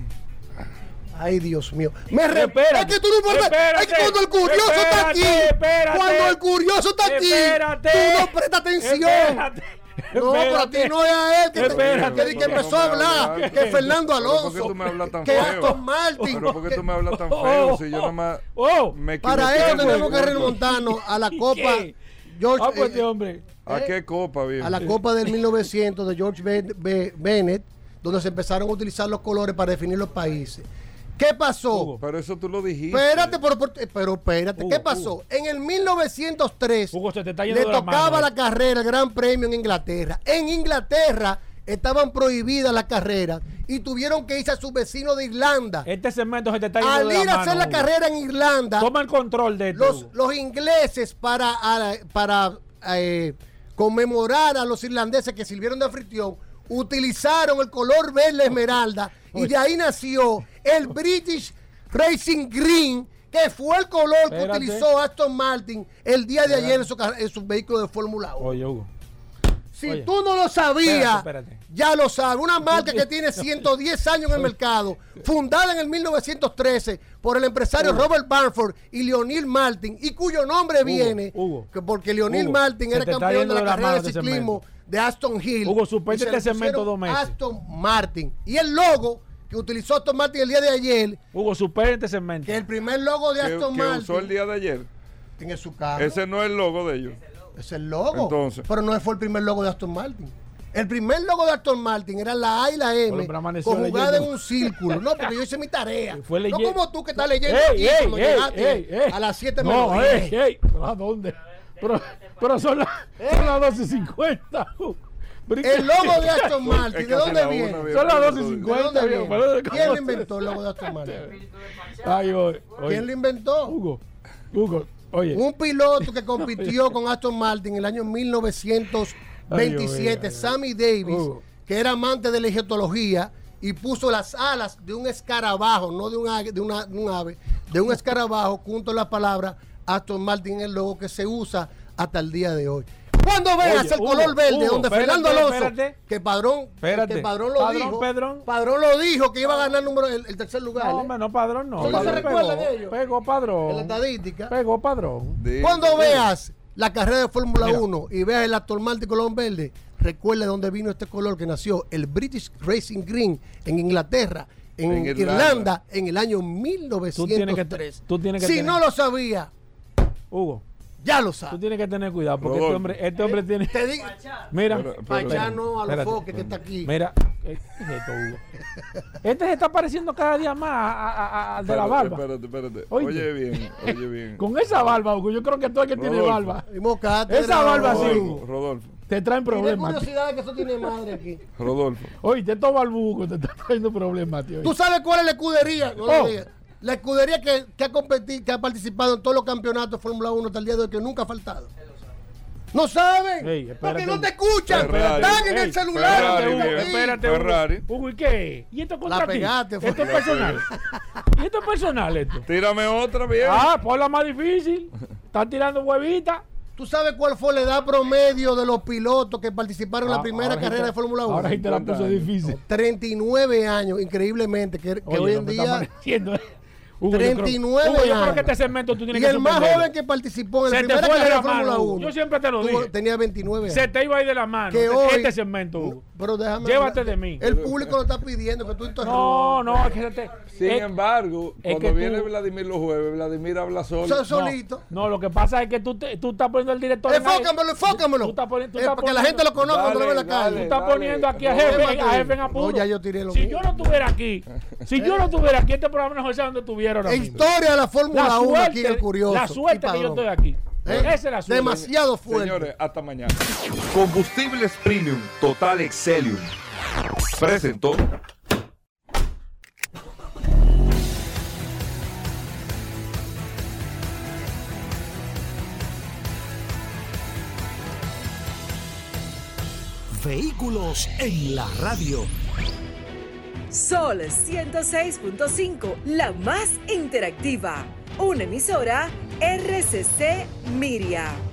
Ay, Dios mío. Me re- Espérate, es que tú no puedes. espérate, Es que cuando el curioso está aquí. espérate, espérate. Cuando el curioso está aquí. Espérate. Tú no prestas atención. Espérate. No, pero a ti no es a él que, te- Espérate. que, que empezó a hablar. Que Fernando Pero ¿por qué Alonso. tú me hablas tan Que feo? Aston Martin. Pero ¿por qué tú me hablas tan Oh, feo si yo oh, nada más oh. me equivoqué? Para eso en el tenemos que punto? remontarnos a la Copa. ¿Qué? George, Ah, pues eh, este hombre. ¿A qué copa, viejo? a la Copa del mil novecientos de George Ben- Be- Bennett, donde se empezaron a utilizar los colores para definir los países. ¿Qué pasó? Hugo. Pero eso tú lo dijiste. Espérate, pero, pero, pero espérate, Hugo, ¿qué pasó? Hugo. En el mil novecientos tres Hugo, se te está yendo le de la tocaba mano, la eh. carrera, el Gran Premio en Inglaterra. En Inglaterra estaban prohibidas las carreras y tuvieron que irse a su vecino de Irlanda. Este segmento se te está yendo Al de la ir a mano, hacer la Hugo. carrera en Irlanda, Toma el control de esto. los, Hugo. los ingleses para, a- para eh, conmemorar a los irlandeses que sirvieron de anfitrión, utilizaron el color verde esmeralda y de ahí nació el British Racing Green, que fue el color Espérate. que utilizó Aston Martin el día de ayer en su, ca- en su vehículo de Fórmula uno. Oye, Hugo. Si Oye. tú no lo sabías, Espérate, espérate. ya lo sabes. Una marca que tiene ciento diez años en el mercado, fundada en el mil novecientos trece por el empresario Hugo. Robert Barford y Leonil Martin, y cuyo nombre viene, Hugo. que porque Leonil Hugo, Martin se era te está campeón yendo de la de la carrera mano de este ciclismo de Aston Hill. Hugo, suspende y se este le segmento pusieron dos meses. Aston Martin. Y el logo que utilizó Aston Martin el día de ayer, Hugo, supera este segmento. que el primer logo de que, Aston que Martin usó el día de ayer. en su carro. Ese no es el logo de ellos. Es el logo. Entonces. Pero no fue el primer logo de Aston Martin. El primer logo de Aston Martin era la A y la M, Pero amaneció conjugada en leyendo. un círculo. No, porque yo hice mi tarea. Fue No leyendo. como tú que estás leyendo Ey, aquí ey, cuando ey, llegaste ey, ey. a las siete No, menos ey, diez. ey. ¿Pero a dónde? Pero, pero son, las son las doce y cincuenta. El logo de Aston Martin, Es ¿de casi dónde la viene? una, Son las doce y ¿De cincuenta. dónde viejo. viene? Pero- ¿Quién lo inventó el logo de Aston Martin? Ay, oye, oye. ¿Quién lo inventó? Hugo, Hugo, oye. Un piloto que compitió con Aston Martin en el año mil novecientos veintisiete, Ay, ay, ay. Sammy Davis, Hugo. que era amante de la egiptología y puso las alas de un escarabajo, no de un ave, de una, de un ave, de un escarabajo junto a la palabra Aston Martin en el logo que se usa hasta el día de hoy. Cuando veas Oye, el Hugo, color verde, Hugo, donde espérate, Fernando Alonso, espérate. que Padrón, Espérate. que Padrón lo Padrón, dijo, Pedrón. Padrón lo dijo que iba a ganar el, número, el, el tercer lugar. No, ¿eh? hombre, no, Padrón, no. ¿Eso no se Padrón recuerdan pegó, ellos? Pegó Padrón. En la estadística. Pegó Padrón. Dile, Cuando dile. veas la carrera de Fórmula Mira. uno y veas el Aston Martin color verde, recuerda dónde vino este color que nació, el British Racing Green en Inglaterra, en, En Irlanda. Irlanda. en el año mil Tú tienes que, novecientos tres. tú tienes que Si tener- no lo sabía, Hugo, ya lo tú sabes. tienes que tener cuidado porque Rodolfo. este hombre, este hombre tiene. Te digo, Mira, Pero- pero- Pachá no a los espérate. foques que está aquí. Mira, ¿qué es esto, Hugo? Este se está pareciendo cada día más a- a- a- al de la Espérate, barba. Espérate, espérate. Oye. Oye bien, oye bien. Con esa barba, Hugo, yo creo que todo el que tiene Rodolfo. barba. Y mocate, Esa barba así, Rodolfo. Hugo, Rodolfo, te traen Y de problemas. curiosidad que eso tiene madre aquí. Rodolfo. Oye, te toma el Hugo, te está trayendo problemas, tío. ¿Tú sabes cuál es la escudería? No lo Oh. digas. La escudería que, que ha competido, que ha participado en todos los campeonatos de Fórmula uno hasta el día de hoy, que nunca ha faltado. ¿No saben? Ey, espérate. Porque no te escuchan. Ferrari. Están en el Ey, celular. Ferrari, Espérate, Hugo, bien. espérate, Hugo. Ferrari. Hugo, ¿y qué? ¿Y esto es contra La ti? pegaste, Esto es fue. personal. ¿Y esto es personal esto? Tírame otra, bien. Ah, ponla más difícil. Están tirando huevitas. ¿Tú sabes cuál fue la edad promedio de los pilotos que participaron en la Ah, primera ahora sí carrera te- de Fórmula uno? Ahora sí te la puso años. difícil. treinta y nueve años, increíblemente, que, que Oye, hoy no en te está día... pareciendo, eh. Hugo, treinta y nueve Hugo, yo creo años. que este segmento tú tienes y que el más suspenderlo. joven que participó en la Se te primera fue de carrera la de Fórmula mano, Hugo. uno. Yo siempre te lo tuvo- dije. Tenía veintinueve años. Se te iba a ir de la mano. Que este hoy- segmento, Hugo. Pero déjame Llévate hablar. de mí. El público lo está pidiendo que tú interrumpas. No, no, es que se te. Sin es- embargo, es cuando que viene tú- Vladimir los jueves, Vladimir habla solo. Sol- solito. No, lo que pasa es que tú, te- tú estás poniendo al director. en Enfócamelo, ahí. enfócamelo. Tú estás poniendo, tú Eh, estás para que la poniendo- gente lo conozca cuando lo ve en la calle. Tú estás poniendo aquí a jefe, a jefe en apuro. No, ya yo tiré lo Si mío. yo no estuviera aquí, si yo no estuviera aquí, este programa no sé dónde estuviera ahora Es mismo. historia de la Fórmula La uno aquí en suerte- el Curioso. La suerte y que yo Padrón. estoy aquí. ¿Eh? Esa es la suerte. Demasiado fuerte. Señores, hasta mañana. Combustibles Premium Total Excelium presentó. Vehículos en la radio. Sol ciento seis punto cinco, la más interactiva. Una emisora R C C Miria.